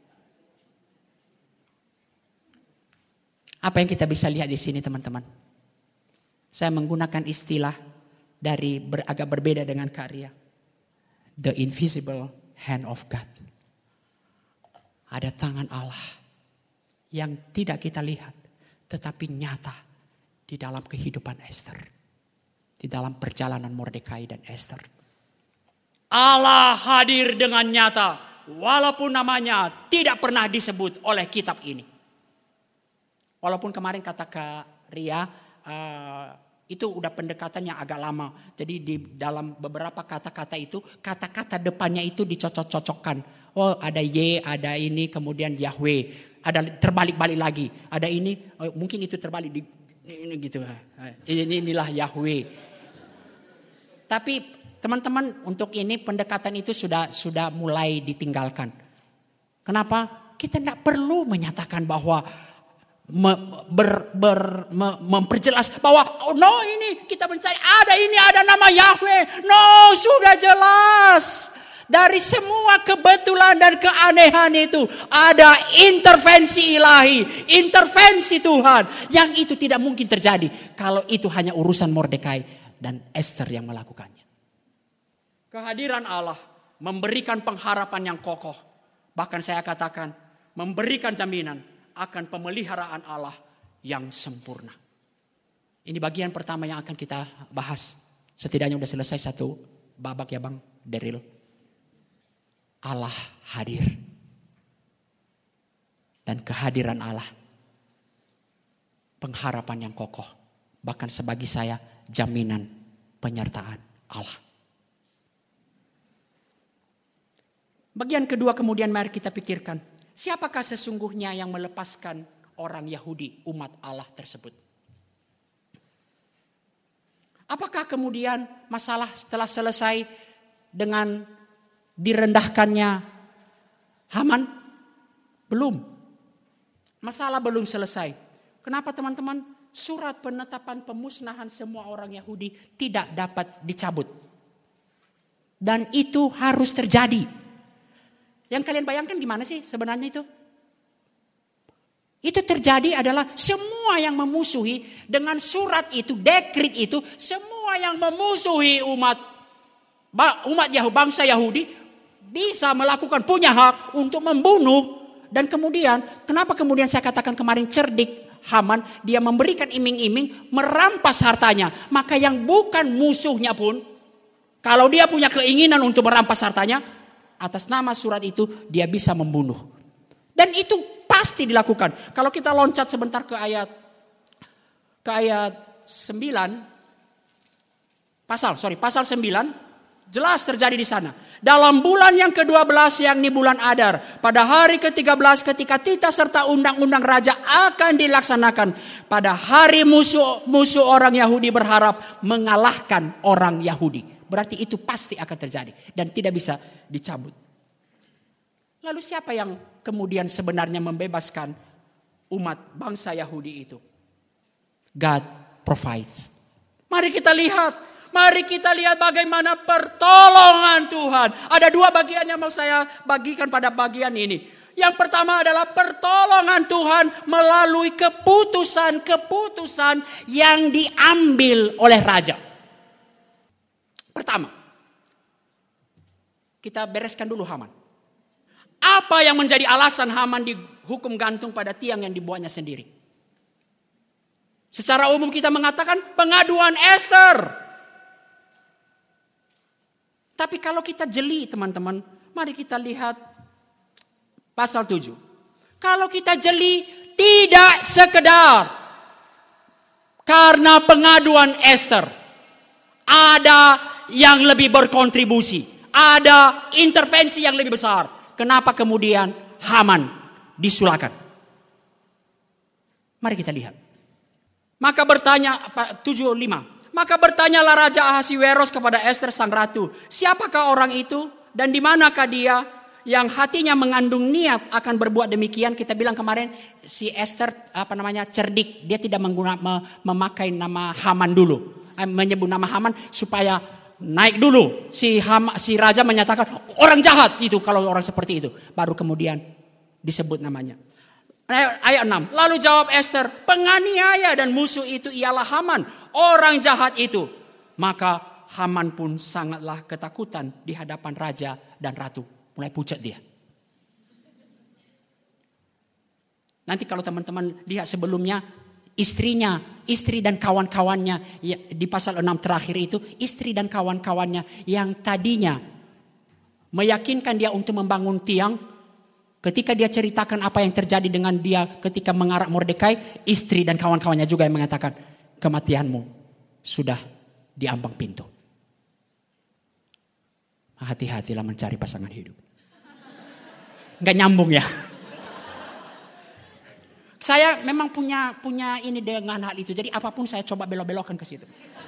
Apa yang kita bisa lihat di sini teman-teman? Saya menggunakan istilah dari ber, agak berbeda dengan karya. The invisible hand of God. Ada tangan Allah. Yang tidak kita lihat. Tetapi nyata. Di dalam kehidupan Esther. Di dalam perjalanan Mordekai dan Esther. Allah hadir dengan nyata. Walaupun namanya tidak pernah disebut oleh kitab ini. Walaupun kemarin kata Kak Ria. Uh, itu udah pendekatan yang agak lama. Jadi di dalam beberapa kata-kata itu. Kata-kata depannya itu dicocok-cocokkan. Oh ada Y, ada ini, kemudian Yahweh. Ada terbalik-balik lagi. Ada ini, oh, mungkin itu terbalik di ini gitu. Ini inilah Yahweh. Tapi teman-teman untuk ini pendekatan itu sudah sudah mulai ditinggalkan. Kenapa? Kita tidak perlu menyatakan bahwa me, ber, ber, me, memperjelas bahwa oh no ini kita mencari ada ini ada nama Yahweh. No, sudah jelas. Dari semua kebetulan dan keanehan itu ada intervensi ilahi, intervensi Tuhan yang itu tidak mungkin terjadi kalau itu hanya urusan Mordekai dan Esther yang melakukannya. Kehadiran Allah memberikan pengharapan yang kokoh. Bahkan saya katakan memberikan jaminan akan pemeliharaan Allah yang sempurna. Ini bagian pertama yang akan kita bahas. Setidaknya sudah selesai satu babak ya Bang Daryl. Allah hadir. Dan kehadiran Allah. Pengharapan yang kokoh. Bahkan sebagi saya jaminan penyertaan Allah. Bagian kedua kemudian mari kita pikirkan. Siapakah sesungguhnya yang melepaskan orang Yahudi umat Allah tersebut? Apakah kemudian masalah setelah selesai dengan direndahkannya Haman? Belum. Masalah belum selesai. Kenapa teman-teman? Surat penetapan pemusnahan semua orang Yahudi tidak dapat dicabut. Dan itu harus terjadi. Yang kalian bayangkan gimana sih sebenarnya itu? Itu terjadi adalah semua yang memusuhi dengan surat itu, dekret itu, semua yang memusuhi umat umat Yahudi, bangsa Yahudi bisa melakukan, punya hak untuk membunuh. Dan kemudian, kenapa kemudian saya katakan kemarin cerdik Haman, dia memberikan iming-iming, merampas hartanya. Maka yang bukan musuhnya pun, kalau dia punya keinginan untuk merampas hartanya, atas nama surat itu dia bisa membunuh. Dan itu pasti dilakukan. Kalau kita loncat sebentar ke ayat ke ayat sembilan, pasal sorry pasal sembilan, jelas terjadi di sana. Dalam bulan yang kedua belas yakni bulan Adar, pada hari ke tiga belas ketika titah serta undang-undang raja akan dilaksanakan, pada hari musuh musuh orang Yahudi berharap mengalahkan orang Yahudi. Berarti itu pasti akan terjadi dan tidak bisa dicabut. Lalu siapa yang kemudian sebenarnya membebaskan umat bangsa Yahudi itu? God provides. Mari kita lihat, mari kita lihat bagaimana pertolongan Tuhan. Ada dua bagian yang mau saya bagikan pada bagian ini. Yang pertama adalah pertolongan Tuhan melalui keputusan-keputusan yang diambil oleh raja. Pertama, kita bereskan dulu Haman. Apa yang menjadi alasan Haman dihukum gantung pada tiang yang dibuatnya sendiri? Secara umum kita mengatakan pengaduan Esther. Tapi kalau kita jeli teman-teman, mari kita lihat pasal tujuh. Kalau kita jeli, tidak sekedar karena pengaduan Esther. Ada yang lebih berkontribusi. Ada intervensi yang lebih besar. Kenapa kemudian Haman disulakan? Mari kita lihat. Maka bertanya, tujuh puluh lima. Maka bertanyalah Raja Ahasiweros kepada Esther sang ratu. Siapakah orang itu dan di manakah dia yang hatinya mengandung niat akan berbuat demikian? Kita bilang kemarin si Esther apa namanya cerdik. Dia tidak menggunakan memakai nama Haman dulu. Menyebut nama Haman supaya naik dulu. Si Ham, si raja menyatakan orang jahat itu kalau orang seperti itu. Baru kemudian disebut namanya. Ayat enam. Lalu jawab Esther, penganiaya dan musuh itu ialah Haman, orang jahat itu. Maka Haman pun sangatlah ketakutan di hadapan raja dan ratu. Mulai pucat dia. Nanti kalau teman-teman lihat sebelumnya, istrinya, istri dan kawan-kawannya ya, di pasal enam terakhir itu, istri dan kawan-kawannya yang tadinya meyakinkan dia untuk membangun tiang, ketika dia ceritakan apa yang terjadi dengan dia ketika mengarak Mordekai, istri dan kawan-kawannya juga yang mengatakan, kematianmu sudah di ambang pintu. Hati-hatilah mencari pasangan hidup. Nggak nyambung ya. Saya memang punya punya ini dengan hal itu. Jadi apapun saya coba belok-belokkan ke situ.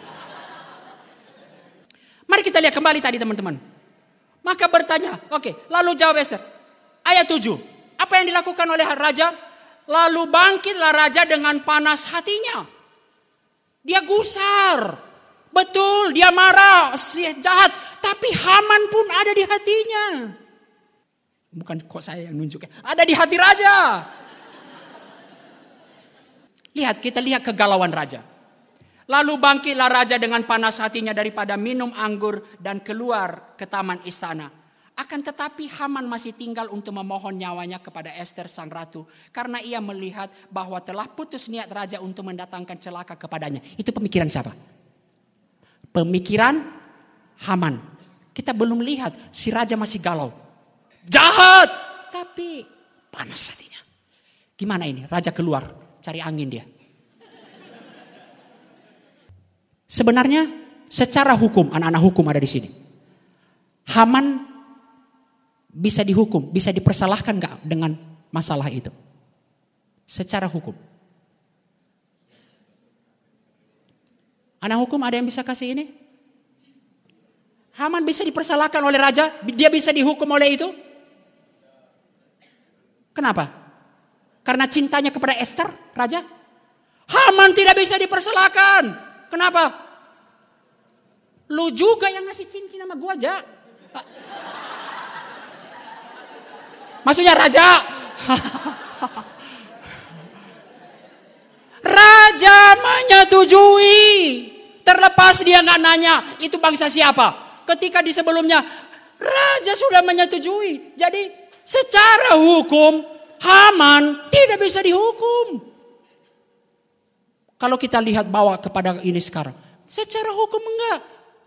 Mari kita lihat kembali tadi teman-teman. Maka bertanya, oke, okay, lalu jawab Esther. Ayat tujuh. Apa yang dilakukan oleh raja? Lalu bangkitlah raja dengan panas hatinya. Dia gusar. Betul, dia marah, jahat. Tapi Haman pun ada di hatinya. Bukan kok saya yang nunjukkan. Ada di hati raja. Lihat, kita lihat kegalauan raja. Lalu bangkitlah raja dengan panas hatinya daripada minum anggur dan keluar ke taman istana. Akan tetapi Haman masih tinggal untuk memohon nyawanya kepada Ester sang ratu. Karena ia melihat bahwa telah putus niat raja untuk mendatangkan celaka kepadanya. Itu pemikiran siapa? Pemikiran Haman. Kita belum lihat si raja masih galau. Jahat! Tapi panas hatinya. Gimana ini? Raja keluar cari angin dia. Sebenarnya secara hukum, anak-anak hukum ada di sini. Haman bisa dihukum, bisa dipersalahkan gak dengan masalah itu? Secara hukum. Anak hukum ada yang bisa kasih ini? Haman bisa dipersalahkan oleh raja? Dia bisa dihukum oleh itu? Kenapa? Karena cintanya kepada Ester, raja? Haman tidak bisa dipersalahkan. Kenapa? Lu juga yang ngasih cincin sama gua aja. Maksudnya raja. Raja menyetujui. Terlepas dia gak nanya itu bangsa siapa. Ketika di sebelumnya raja sudah menyetujui. Jadi secara hukum Haman tidak bisa dihukum. Kalau kita lihat bawa kepada ini sekarang. Secara hukum enggak.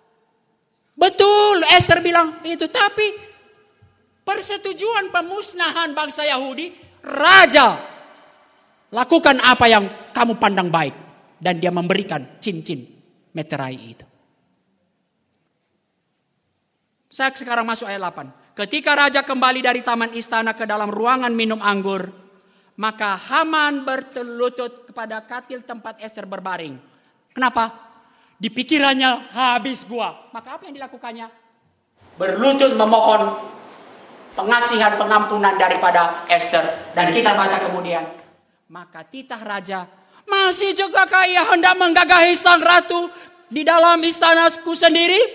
Betul Ester bilang itu. Tapi persetujuan pemusnahan bangsa Yahudi, raja lakukan apa yang kamu pandang baik. Dan dia memberikan cincin meterai itu. Saya sekarang masuk ayat delapan. Ketika raja kembali dari taman istana ke dalam ruangan minum anggur, maka Haman berlutut kepada katil tempat Ester berbaring. Kenapa? Di pikirannya habis gua. Maka apa yang dilakukannya? Berlutut memohon pengasihan pengampunan daripada Ester. Dan kita baca kemudian. Maka titah raja, masih juga kaya hendak menggagahi sang ratu di dalam istanaku sendiri?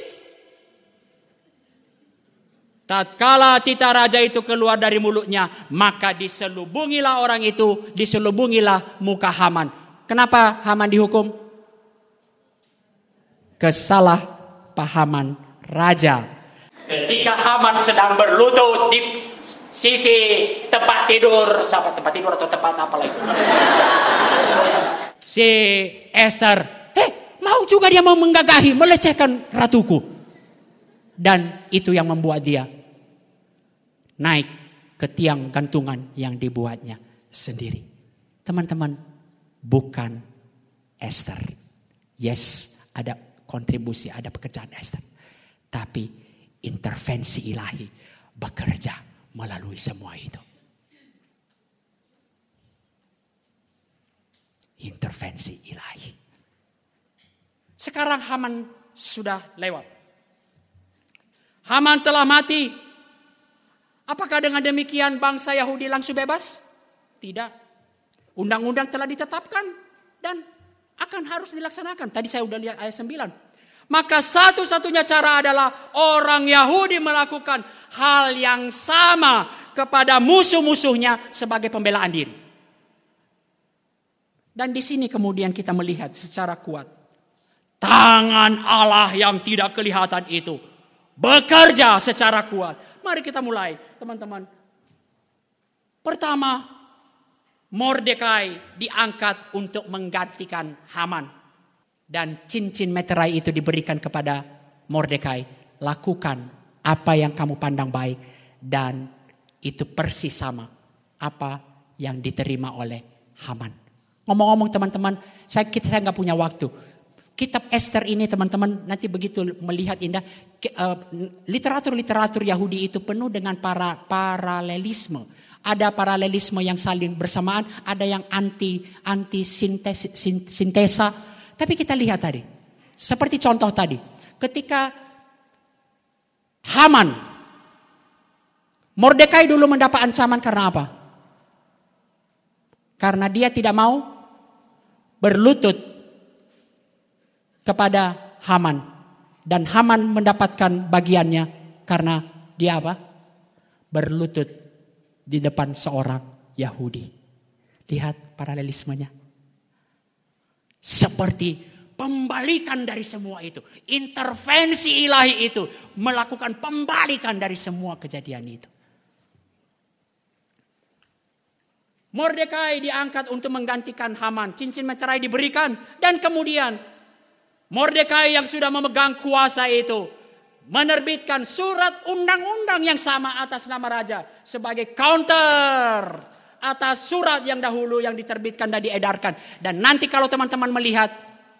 Tatkala titah raja itu keluar dari mulutnya, maka diselubungilah orang itu, diselubungilah muka Haman. Kenapa Haman dihukum? Kesalahpahaman raja. Ketika Haman sedang berlutut di sisi tempat tidur, siapa tempat tidur atau tempat apa lagi? Si Ester, eh mau juga dia mau menggagahi, melecehkan ratuku. Dan itu yang membuat dia naik ke tiang gantungan yang dibuatnya sendiri. Teman-teman, bukan Ester. Yes, ada kontribusi, ada pekerjaan Ester. Tapi intervensi ilahi bekerja melalui semua itu. Intervensi ilahi. Sekarang Haman sudah lewat. Haman telah mati. Apakah dengan demikian bangsa Yahudi langsung bebas? Tidak. Undang-undang telah ditetapkan dan akan harus dilaksanakan. Tadi saya sudah lihat ayat sembilan. Maka satu-satunya cara adalah orang Yahudi melakukan hal yang sama kepada musuh-musuhnya sebagai pembelaan diri. Dan di sini kemudian kita melihat secara kuat. Tangan Allah yang tidak kelihatan itu bekerja secara kuat. Mari kita mulai, teman-teman. Pertama, Mordekai diangkat untuk menggantikan Haman. Dan cincin meterai itu diberikan kepada Mordekai. Lakukan apa yang kamu pandang baik. Dan itu persis sama apa yang diterima oleh Haman. Ngomong-ngomong teman-teman, saya, kita, saya gak punya waktu. Kitab Ester ini teman-teman nanti begitu melihat indah. Literatur-literatur Yahudi itu penuh dengan para paralelisme. Ada paralelisme yang saling bersamaan, ada yang anti anti sintes, sintesa. Tapi kita lihat tadi, seperti contoh tadi, ketika Haman, Mordekai dulu mendapat ancaman karena apa? Karena dia tidak mau berlutut kepada Haman. Dan Haman mendapatkan bagiannya karena dia apa? Berlutut di depan seorang Yahudi. Lihat paralelismenya. Seperti pembalikan dari semua itu. Intervensi ilahi itu melakukan pembalikan dari semua kejadian itu. Mordekai diangkat untuk menggantikan Haman. Cincin meterai diberikan. Dan kemudian Mordekai yang sudah memegang kuasa itu menerbitkan surat undang-undang yang sama atas nama raja. Sebagai counter atas surat yang dahulu yang diterbitkan dan diedarkan. Dan nanti kalau teman-teman melihat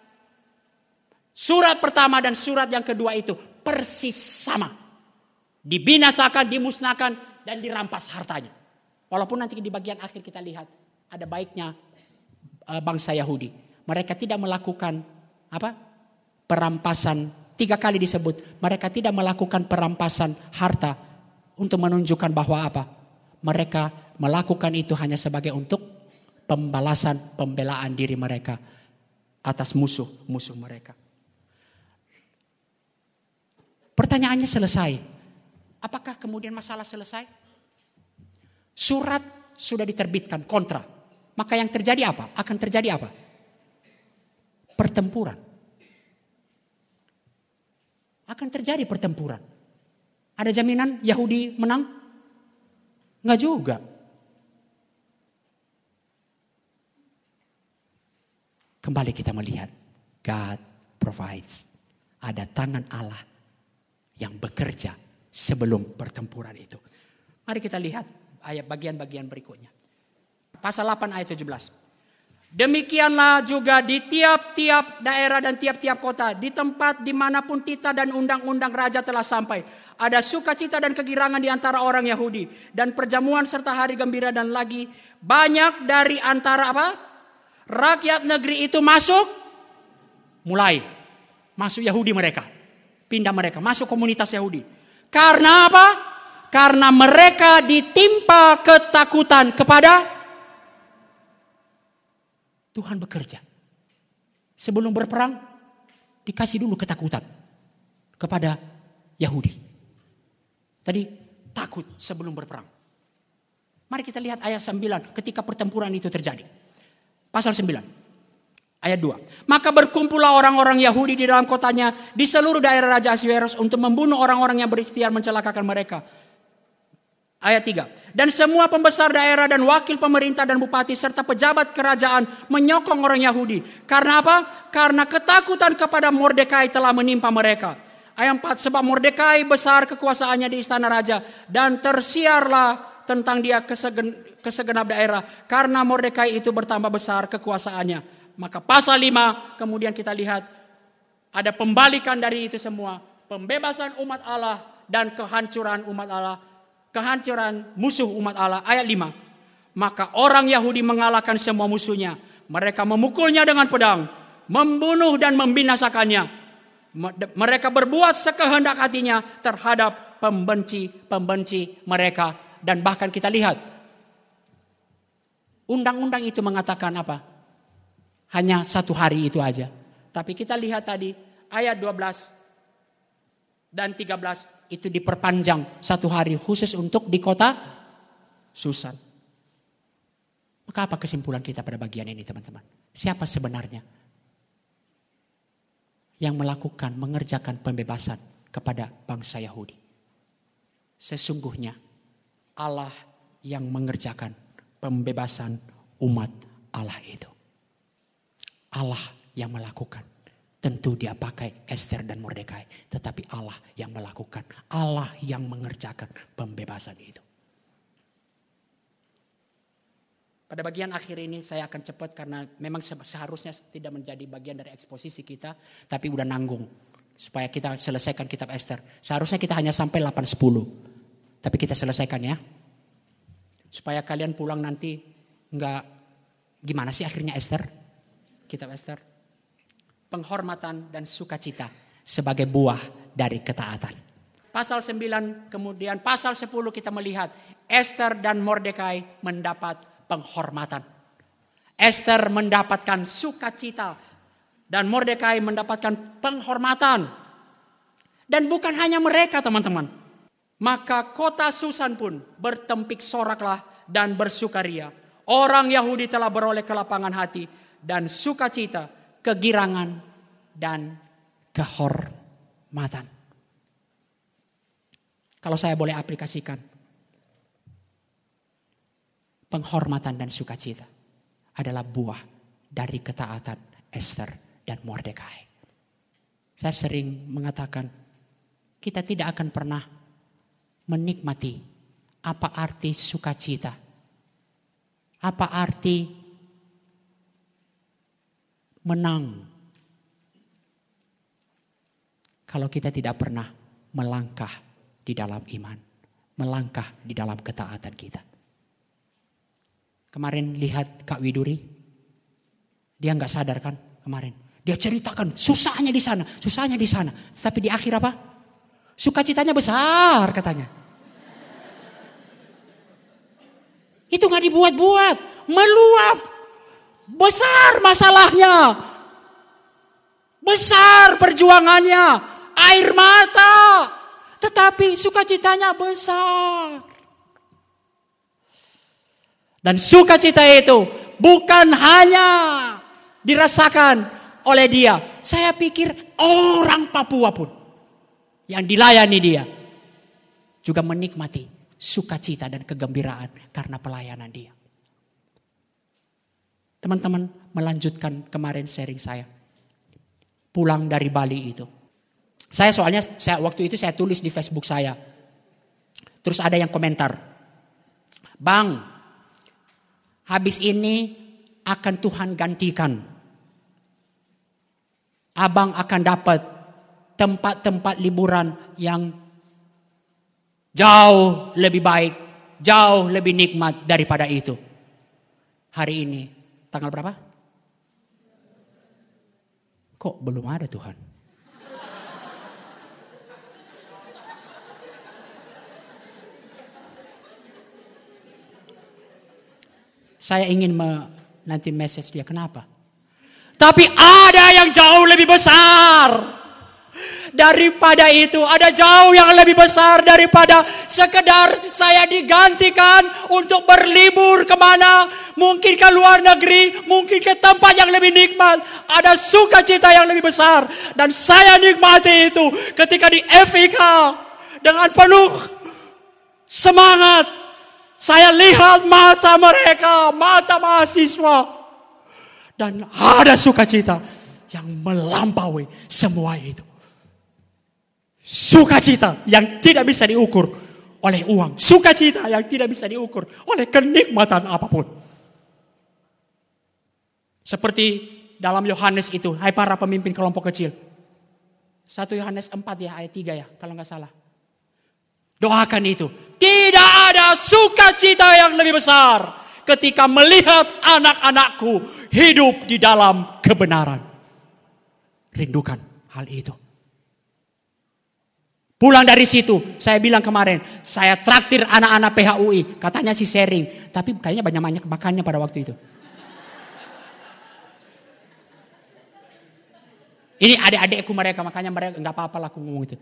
surat pertama dan surat yang kedua itu persis sama. Dibinasakan, dimusnahkan, dan dirampas hartanya. Walaupun nanti di bagian akhir kita lihat ada baiknya bangsa Yahudi. Mereka tidak melakukan apa? Perampasan. Tiga kali disebut. Mereka tidak melakukan perampasan harta untuk menunjukkan bahwa apa? Mereka melakukan itu hanya sebagai untuk pembalasan, pembelaan diri mereka atas musuh-musuh mereka. Pertanyaannya selesai. Apakah kemudian masalah selesai? Surat sudah diterbitkan kontra. Maka yang terjadi apa? Akan terjadi apa? Pertempuran. Akan terjadi pertempuran. Ada jaminan Yahudi menang? Enggak juga. Kembali kita melihat God provides. Ada tangan Allah yang bekerja sebelum pertempuran itu. Mari kita lihat ayat bagian-bagian berikutnya. Pasal delapan ayat tujuh belas. Demikianlah juga di tiap-tiap daerah dan tiap-tiap kota, di tempat dimanapun titah dan undang-undang raja telah sampai, ada sukacita dan kegirangan di antara orang Yahudi, dan perjamuan serta hari gembira, dan lagi banyak dari antara apa? Rakyat negeri itu masuk, mulai masuk Yahudi mereka, pindah mereka masuk komunitas Yahudi. Karena apa? Karena mereka ditimpa ketakutan kepada Tuhan bekerja. Sebelum berperang, dikasih dulu ketakutan kepada Yahudi. Tadi takut sebelum berperang. Mari kita lihat ayat sembilan ketika pertempuran itu terjadi. Pasal sembilan. Ayat dua. Maka berkumpullah orang-orang Yahudi di dalam kotanya di seluruh daerah Raja Ahasweros untuk membunuh orang-orang yang berikhtiar mencelakakan mereka. Ayat tiga. Dan semua pembesar daerah dan wakil pemerintah dan bupati serta pejabat kerajaan menyokong orang Yahudi. Karena apa? Karena ketakutan kepada Mordekai telah menimpa mereka. Ayat empat. Sebab Mordekai besar kekuasaannya di istana raja dan tersiarlah tentang dia kesegen, kesegenap daerah. Karena Mordekai itu bertambah besar kekuasaannya. Maka pasal lima kemudian kita lihat ada pembalikan dari itu semua. Pembebasan umat Allah dan kehancuran umat Allah. Kehancuran musuh umat Allah. Ayat lima. Maka orang Yahudi mengalahkan semua musuhnya. Mereka memukulnya dengan pedang. Membunuh dan membinasakannya. Mereka berbuat sekehendak hatinya terhadap pembenci-pembenci mereka. Dan bahkan kita lihat. Undang-undang itu mengatakan apa? Hanya satu hari itu aja. Tapi kita lihat tadi ayat dua belas dan tiga belas itu diperpanjang satu hari khusus untuk di kota Susan. Maka apa kesimpulan kita pada bagian ini teman-teman? Siapa sebenarnya yang melakukan, mengerjakan pembebasan kepada bangsa Yahudi? Sesungguhnya Allah yang mengerjakan pembebasan umat Allah itu. Allah yang melakukan. Tentu dia pakai Ester dan Mordekai. Tetapi Allah yang melakukan. Allah yang mengerjakan pembebasan itu. Pada bagian akhir ini saya akan cepat karena memang seharusnya tidak menjadi bagian dari eksposisi kita. Tapi udah nanggung. Supaya kita selesaikan kitab Ester. Seharusnya kita hanya sampai delapan sepuluh. Tapi kita selesaikan ya. Supaya kalian pulang nanti enggak gimana sih akhirnya Ester? Kitab Ester. Penghormatan dan sukacita sebagai buah dari ketaatan. Pasal sembilan kemudian pasal sepuluh kita melihat Ester dan Mordekai mendapat penghormatan. Ester mendapatkan sukacita dan Mordekai mendapatkan penghormatan. Dan bukan hanya mereka teman-teman. Maka kota Susan pun bertempik soraklah dan bersukaria. Orang Yahudi telah beroleh kelapangan hati dan sukacita, kegirangan dan kehormatan. Kalau saya boleh aplikasikan, penghormatan dan sukacita adalah buah dari ketaatan Ester dan Mordekai. Saya sering mengatakan, kita tidak akan pernah menikmati apa arti sukacita, apa arti menang, kalau kita tidak pernah melangkah di dalam iman, melangkah di dalam ketaatan kita. Kemarin lihat Kak Widuri, dia nggak sadar kan kemarin. Dia ceritakan susahnya di sana, susahnya di sana. Tapi di akhir apa? Sukacitanya besar katanya. Itu nggak dibuat-buat, meluap. Besar masalahnya. Besar perjuangannya, air mata. Tetapi sukacitanya besar. Dan sukacita itu bukan hanya dirasakan oleh dia. Saya pikir orang Papua pun yang dilayani dia juga menikmati sukacita dan kegembiraan karena pelayanan dia. Teman-teman, melanjutkan kemarin sharing saya. Pulang dari Bali itu. Saya soalnya saya, waktu itu saya tulis di Facebook saya. Terus ada yang komentar. Bang, habis ini akan Tuhan gantikan. Abang akan dapat tempat-tempat liburan yang jauh lebih baik, jauh lebih nikmat daripada itu. Hari ini, tanggal berapa? Kok belum ada Tuhan? Saya ingin me, nanti message dia, kenapa? Tapi ada yang jauh lebih besar daripada itu. Ada jauh yang lebih besar daripada sekedar saya digantikan untuk berlibur kemana. Mungkin ke luar negeri, mungkin ke tempat yang lebih nikmat. Ada sukacita yang lebih besar. Dan saya nikmati itu ketika di F I K dengan penuh semangat. Saya lihat mata mereka, mata mahasiswa. Dan ada sukacita yang melampaui semua itu. Sukacita yang tidak bisa diukur oleh uang. Sukacita yang tidak bisa diukur oleh kenikmatan apapun. Seperti dalam Yohanes itu, hai para pemimpin kelompok kecil. satu Yohanes empat ya, ayat tiga ya, kalau nggak salah. Doakan itu. Tidak ada sukacita yang lebih besar ketika melihat anak-anakku hidup di dalam kebenaran. Rindukan hal itu. Pulang dari situ, saya bilang kemarin, saya traktir anak-anak P H U I. Katanya sih sharing, tapi kayaknya banyak-banyak makannya pada waktu itu. Ini adik-adikku mereka, makanya mereka nggak apa-apa lah aku ngomong itu.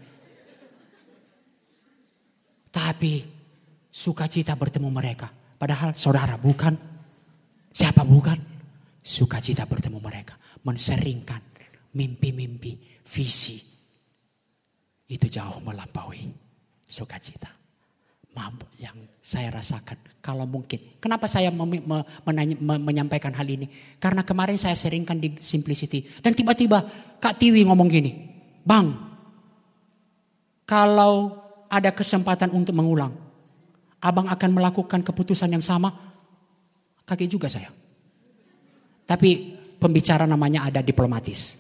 Tapi sukacita bertemu mereka. Padahal saudara bukan. Siapa bukan? Sukacita bertemu mereka. Menseringkan mimpi-mimpi, visi. Itu jauh melampaui sukacita. Mampu yang saya rasakan. Kalau mungkin. Kenapa saya mem- me- menanya, me- menyampaikan hal ini? Karena kemarin saya seringkan di Simplicity. Dan tiba-tiba Kak Tiwi ngomong gini. Bang, kalau ada kesempatan untuk mengulang, abang akan melakukan keputusan yang sama? Kaget juga saya. Tapi pembicara namanya ada diplomatis.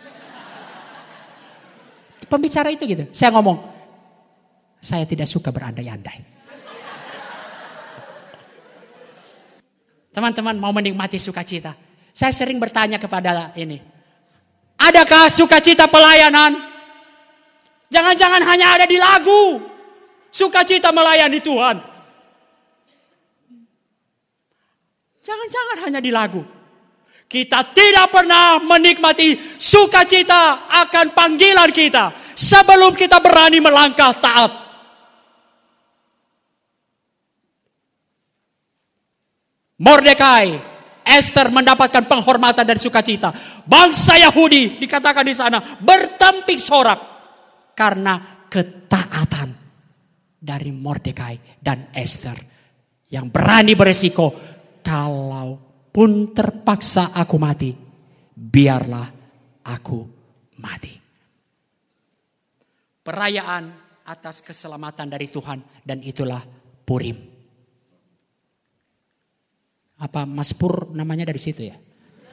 Pembicara itu gitu. Saya ngomong, saya tidak suka berandai-andai. Teman-teman mau menikmati sukacita. Saya sering bertanya kepada ini. Adakah sukacita pelayanan? Jangan-jangan hanya ada di lagu. Sukacita melayani Tuhan. Jangan-jangan hanya di lagu. Kita tidak pernah menikmati sukacita akan panggilan kita. Sebelum kita berani melangkah taat. Mordekai Ester mendapatkan penghormatan dan sukacita. Bangsa Yahudi dikatakan di sana bertempik sorak karena ketaatan dari Mordekai dan Ester yang berani beresiko, kalaupun terpaksa aku mati, biarlah aku mati. Perayaan atas keselamatan dari Tuhan, dan itulah Purim. Apa Mas Pur namanya dari situ ya?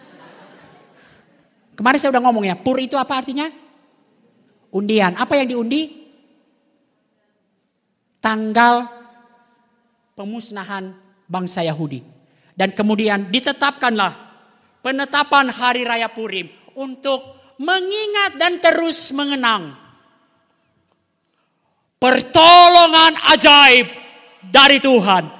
Kemarin saya udah ngomong ya, Pur itu apa artinya? Undian. Apa yang diundi? Tanggal pemusnahan bangsa Yahudi. Dan kemudian ditetapkanlah penetapan hari raya Purim untuk mengingat dan terus mengenang pertolongan ajaib dari Tuhan.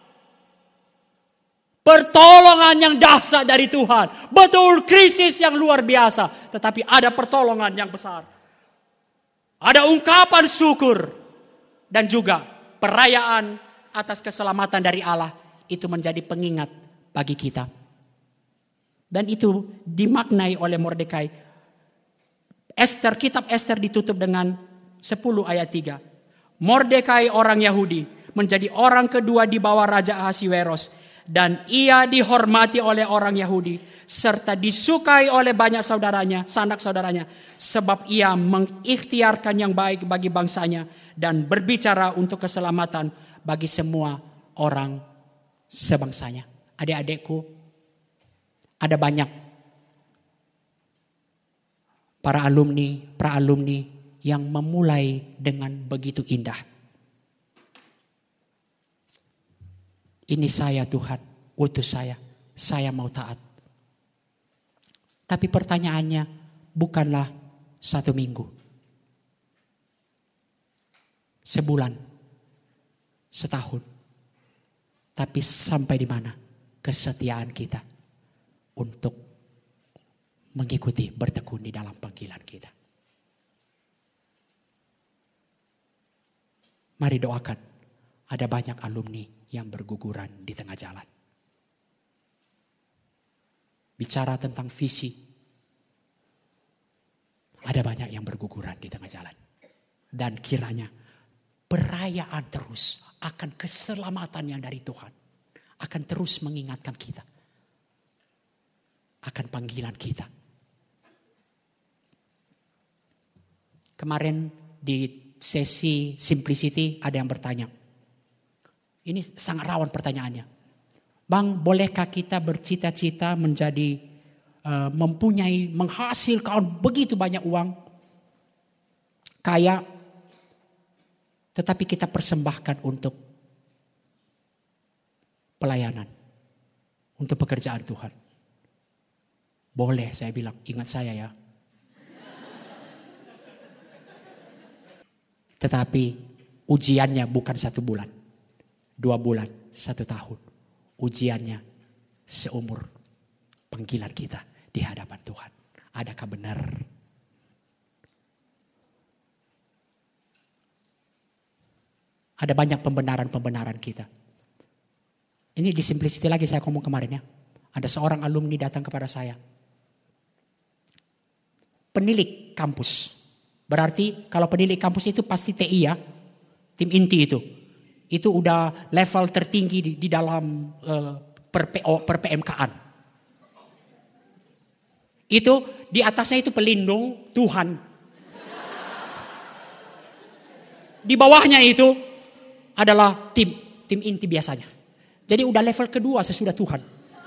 Pertolongan yang dahsyat dari Tuhan. Betul, krisis yang luar biasa, tetapi ada pertolongan yang besar. Ada ungkapan syukur dan juga perayaan atas keselamatan dari Allah. Itu menjadi pengingat bagi kita. Dan itu dimaknai oleh Mordekai. Ester, kitab Ester ditutup dengan sepuluh ayat tiga. Mordekai orang Yahudi menjadi orang kedua di bawah Raja Ahasiweros. Dan ia dihormati oleh orang Yahudi serta disukai oleh banyak saudaranya, sanak saudaranya, sebab ia mengikhtiarkan yang baik bagi bangsanya dan berbicara untuk keselamatan bagi semua orang sebangsanya. Adik-adikku, ada banyak para alumni, pra-alumni yang memulai dengan begitu indah. Ini saya Tuhan, utus saya, saya mau taat. Tapi pertanyaannya bukanlah satu minggu, sebulan, setahun. Tapi sampai di mana kesetiaan kita untuk mengikuti, bertekun di dalam panggilan kita. Mari doakan, ada banyak alumni yang berguguran di tengah jalan. Bicara tentang visi, ada banyak yang berguguran di tengah jalan. Dan kiranya perayaan terus akan keselamatan yang dari Tuhan akan terus mengingatkan kita akan panggilan kita. Kemarin di sesi Simplicity ada yang bertanya, ini sangat rawan pertanyaannya. Bang, bolehkah kita bercita-cita menjadi uh, mempunyai, menghasilkan begitu banyak uang, kaya, tetapi kita persembahkan untuk pelayanan, untuk pekerjaan Tuhan? Boleh, saya bilang, ingat saya ya. Tetapi ujiannya bukan satu bulan, dua bulan, satu tahun. Ujiannya seumur panggilan kita di hadapan Tuhan. Adakah benar? Ada banyak pembenaran-pembenaran kita. Ini di Simplicity lagi saya ngomong kemarin ya. Ada seorang alumni datang kepada saya. Penilik kampus. Berarti kalau penilik kampus itu pasti T I ya. Tim inti itu. Itu udah level tertinggi di, di dalam uh, per P O, per P M K-an. Itu di atasnya itu pelindung Tuhan. Di bawahnya itu adalah tim, tim inti biasanya. Jadi udah level kedua sesudah Tuhan.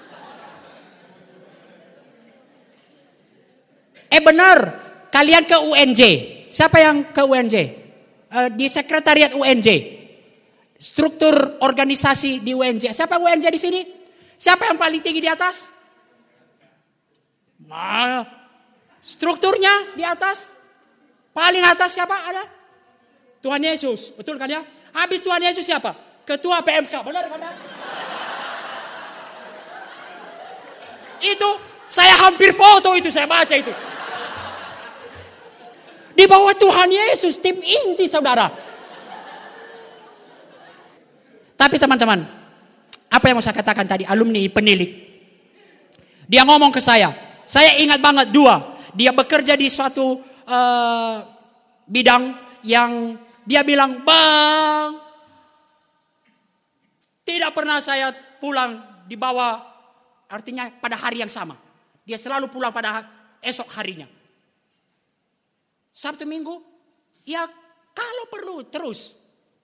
Eh benar, kalian ke U N J. Siapa yang ke U N J? Uh, di sekretariat U N J. Struktur organisasi di U N J. Siapa U N J di sini? Siapa yang paling tinggi di atas? Nah, strukturnya di atas. Paling atas siapa ada? Tuhan Yesus. Betul kan ya? Habis Tuhan Yesus siapa? Ketua P M K. Benar kan ya? Itu saya hampir foto itu, saya baca itu. Di bawah Tuhan Yesus, tim inti saudara. Tapi teman-teman, apa yang mau saya katakan tadi, alumni penilik. Dia ngomong ke saya. Saya ingat banget dua. Dia bekerja di suatu uh, bidang yang dia bilang, "Bang, tidak pernah saya pulang di bawah," artinya pada hari yang sama. Dia selalu pulang pada esok harinya. Sabtu Minggu, ya kalau perlu terus.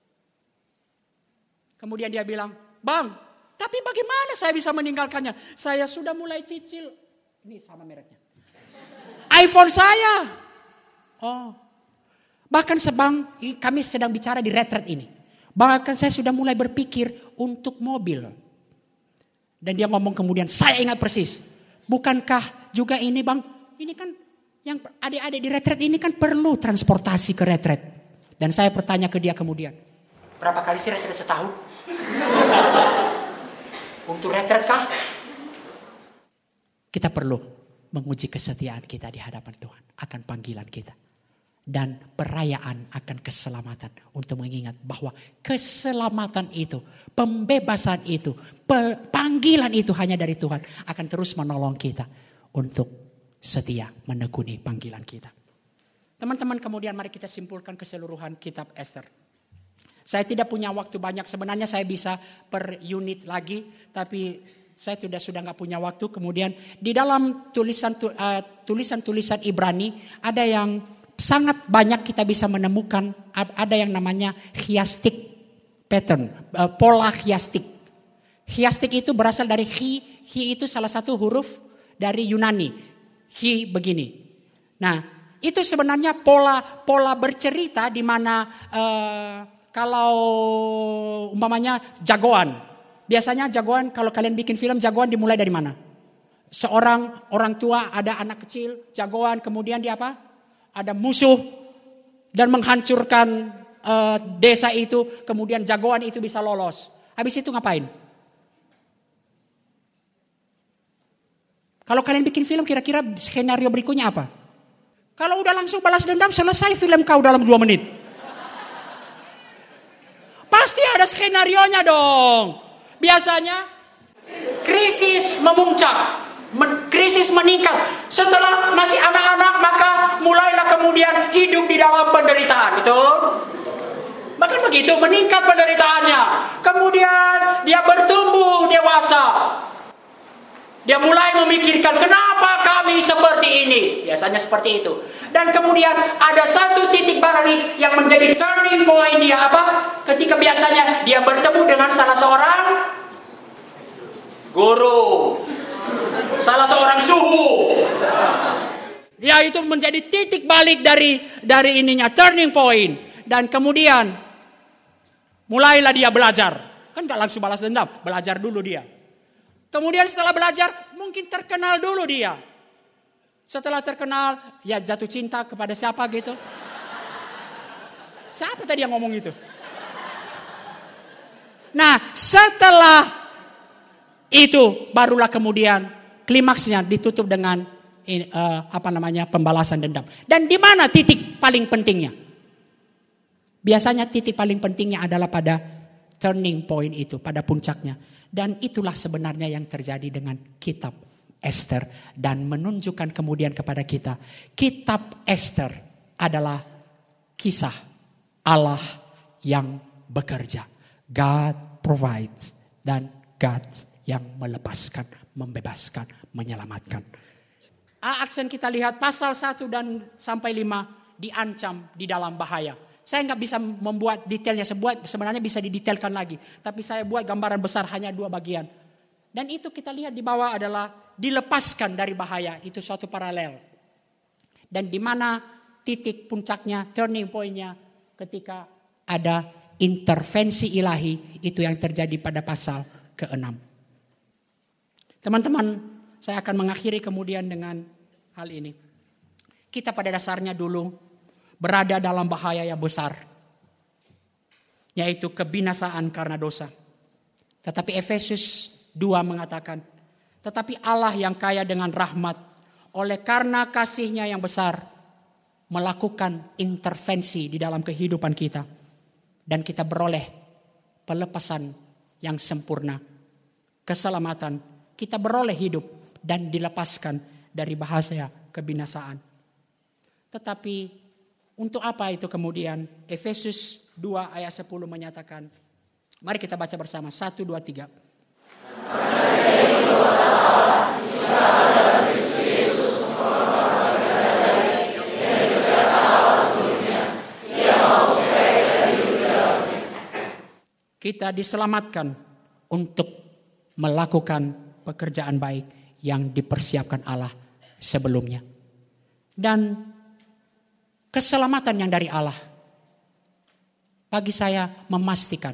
Kemudian dia bilang, "Bang, tapi bagaimana saya bisa meninggalkannya? Saya sudah mulai cicil." Ini sama mereknya. iPhone saya. Oh. Bahkan sebang kami sedang bicara di retret ini. Bahkan saya sudah mulai berpikir untuk mobil. Dan dia ngomong kemudian, saya ingat persis. Bukankah juga ini bang, ini kan yang adik-adik di retret ini kan perlu transportasi ke retret. Dan saya bertanya ke dia kemudian, berapa kali sih retret setahun? Untuk retret kah? Kita perlu menguji kesetiaan kita di hadapan Tuhan akan panggilan kita. Dan perayaan akan keselamatan untuk mengingat bahwa keselamatan itu, pembebasan itu, panggilan itu hanya dari Tuhan akan terus menolong kita untuk setia menekuni panggilan kita. Teman-teman, kemudian mari kita simpulkan keseluruhan kitab Ester. Saya tidak punya waktu banyak, sebenarnya saya bisa per unit lagi, tapi saya sudah sudah nggak punya waktu. Kemudian di dalam tulisan uh, tulisan-tulisan Ibrani ada yang sangat banyak kita bisa menemukan, ada yang namanya chiastic pattern, uh, pola chiastic. Chiastic itu berasal dari chi, chi itu salah satu huruf dari Yunani. Chi begini. Nah, itu sebenarnya pola pola bercerita di mana uh, kalau umpamanya jagoan. Biasanya jagoan, kalau kalian bikin film, jagoan dimulai dari mana? Seorang orang tua, ada anak kecil, jagoan, kemudian dia apa? Ada musuh dan menghancurkan uh, desa itu, kemudian jagoan itu bisa lolos. Habis itu ngapain? Kalau kalian bikin film, kira-kira skenario berikutnya apa? Kalau udah langsung balas dendam, selesai film kau dalam dua menit. Pasti ada skenarionya dong. Biasanya krisis memuncak, men- krisis meningkat. Setelah masih anak-anak maka mulailah kemudian hidup di dalam penderitaan, betul? Bahkan begitu, meningkat penderitaannya. Kemudian dia bertumbuh dewasa. Dia mulai memikirkan kenapa kami seperti ini. Biasanya seperti itu. Dan kemudian ada satu titik balik yang menjadi turning point dia apa? Ketika biasanya dia bertemu dengan salah seorang guru, salah seorang suhu. Ya, itu menjadi titik balik dari dari ininya, turning point. Dan kemudian mulailah dia belajar. Kan gak langsung balas dendam, belajar dulu dia. Kemudian setelah belajar mungkin terkenal dulu dia. Setelah terkenal, ya jatuh cinta kepada siapa gitu. Siapa tadi yang ngomong itu? Nah, setelah itu barulah kemudian klimaksnya ditutup dengan uh, apa namanya pembalasan dendam. Dan di mana titik paling pentingnya? Biasanya titik paling pentingnya adalah pada turning point itu, pada puncaknya. Dan itulah sebenarnya yang terjadi dengan kitab Ester, dan menunjukkan kemudian kepada kita kitab Ester adalah kisah Allah yang bekerja. God provides dan God yang melepaskan, membebaskan, menyelamatkan. Aksen kita lihat pasal satu dan sampai lima diancam di dalam bahaya. Saya nggak bisa membuat detailnya, sebenarnya bisa didetailkan lagi. Tapi saya buat gambaran besar hanya dua bagian. Dan itu kita lihat di bawah adalah dilepaskan dari bahaya. Itu suatu paralel. Dan di mana titik puncaknya, turning point-nya ketika ada intervensi ilahi, itu yang terjadi pada pasal keenam. Teman-teman, saya akan mengakhiri kemudian dengan hal ini. Kita pada dasarnya dulu berada dalam bahaya yang besar, yaitu kebinasaan karena dosa. Tetapi Efesus dua mengatakan, tetapi Allah yang kaya dengan rahmat, oleh karena kasih-Nya yang besar, melakukan intervensi di dalam kehidupan kita. Dan kita beroleh pelepasan yang sempurna, keselamatan. Kita beroleh hidup dan dilepaskan dari bahaya kebinasaan. Tetapi untuk apa itu kemudian? Efesus dua ayat sepuluh menyatakan, mari kita baca bersama, satu, dua, tiga. Kita diselamatkan untuk melakukan pekerjaan baik yang dipersiapkan Allah sebelumnya. Dan keselamatan yang dari Allah, bagi saya memastikan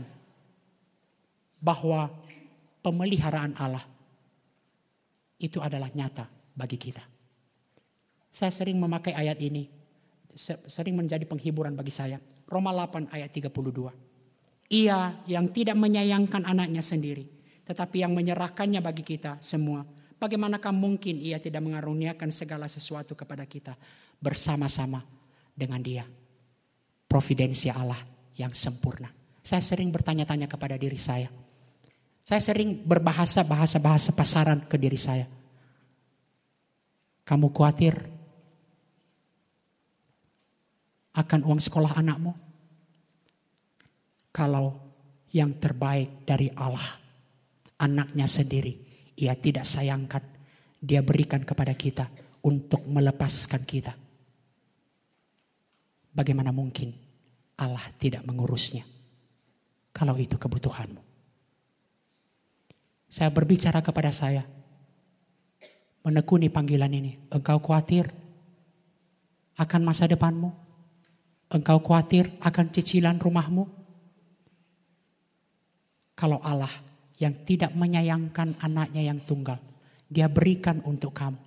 bahwa pemeliharaan Allah itu adalah nyata bagi kita. Saya sering memakai ayat ini, sering menjadi penghiburan bagi saya. Roma delapan ayat tiga puluh dua. Ia yang tidak menyayangkan anaknya sendiri, tetapi yang menyerahkannya bagi kita semua. Bagaimanakah mungkin ia tidak mengaruniakan segala sesuatu kepada kita bersama-sama dengan dia? Providensia Allah yang sempurna. Saya sering bertanya-tanya kepada diri saya. Saya sering berbahasa bahasa-bahasa pasaran ke diri saya. Kamu khawatir akan uang sekolah anakmu? Kalau yang terbaik dari Allah, anaknya sendiri, ia tidak sayangkan, dia berikan kepada kita untuk melepaskan kita. Bagaimana mungkin Allah tidak mengurusnya kalau itu kebutuhanmu? Saya berbicara kepada saya, menekuni panggilan ini. Engkau khawatir akan masa depanmu? Engkau khawatir akan cicilan rumahmu? Kalau Allah yang tidak menyayangkan anaknya yang tunggal, dia berikan untuk kamu.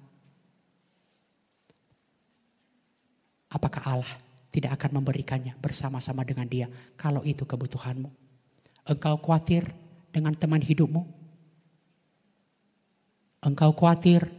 Apakah Allah tidak akan memberikannya bersama-sama dengan dia kalau itu kebutuhanmu? Engkau khawatir dengan teman hidupmu? Engkau khawatir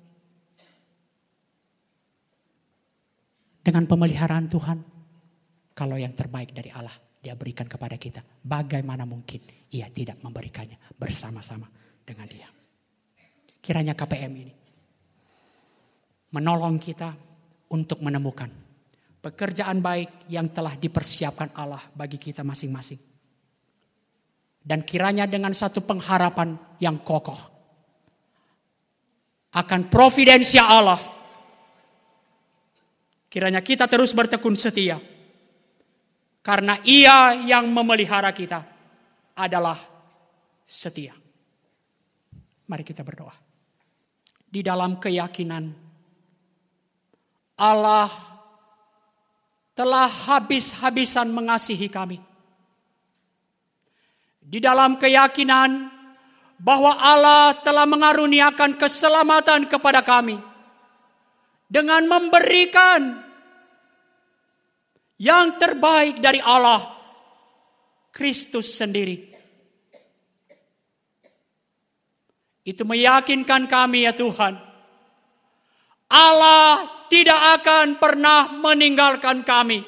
dengan pemeliharaan Tuhan? Kalau yang terbaik dari Allah dia berikan kepada kita, bagaimana mungkin ia tidak memberikannya bersama-sama dengan dia? Kiranya K P M ini menolong kita untuk menemukan pekerjaan baik yang telah dipersiapkan Allah bagi kita masing-masing. Dan kiranya dengan satu pengharapan yang kokoh akan providensia Allah, kiranya kita terus bertekun setia. Karena ia yang memelihara kita adalah setia. Mari kita berdoa. Di dalam keyakinan Allah telah habis-habisan mengasihi kami. Di dalam keyakinan bahwa Allah telah mengaruniakan keselamatan kepada kami dengan memberikan yang terbaik dari Allah, Kristus sendiri. Itu meyakinkan kami ya Tuhan, Allah tidak akan pernah meninggalkan kami.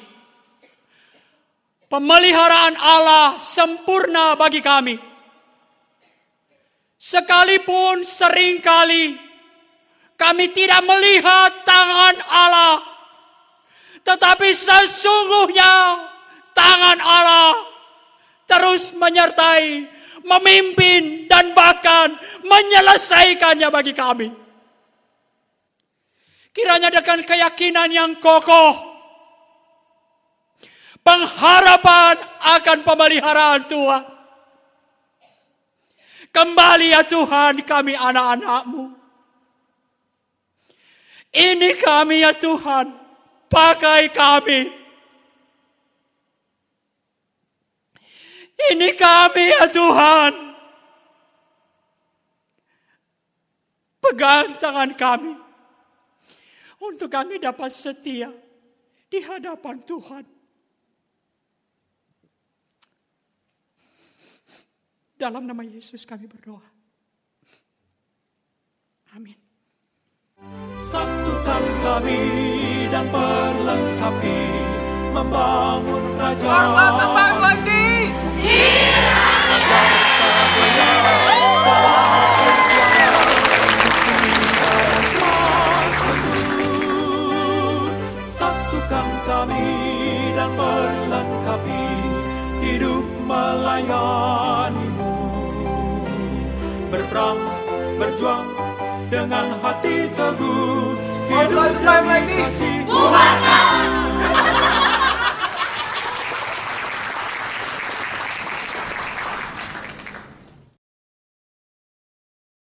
Pemeliharaan Allah sempurna bagi kami. Sekalipun seringkali kami tidak melihat tangan Allah, tetapi sesungguhnya tangan Allah terus menyertai, memimpin, dan bahkan menyelesaikannya bagi kami. Kiranya dengan keyakinan yang kokoh, pengharapan akan pemeliharaan Tuhan. Kembali ya Tuhan kami anak-anak-Mu. Ini kami ya Tuhan. Pakai kami. Ini kami ya Tuhan. Pegang tangan kami. Untuk kami dapat setia di hadapan Tuhan. Dalam nama Yesus kami berdoa. Amin. Satukan kami dan perlengkapi membangun kerajaan. Warsa setang lagi. Iya. melayanimu. Berperang, berjuang dengan hati teguh, hidup demi kasih. Bubarkan!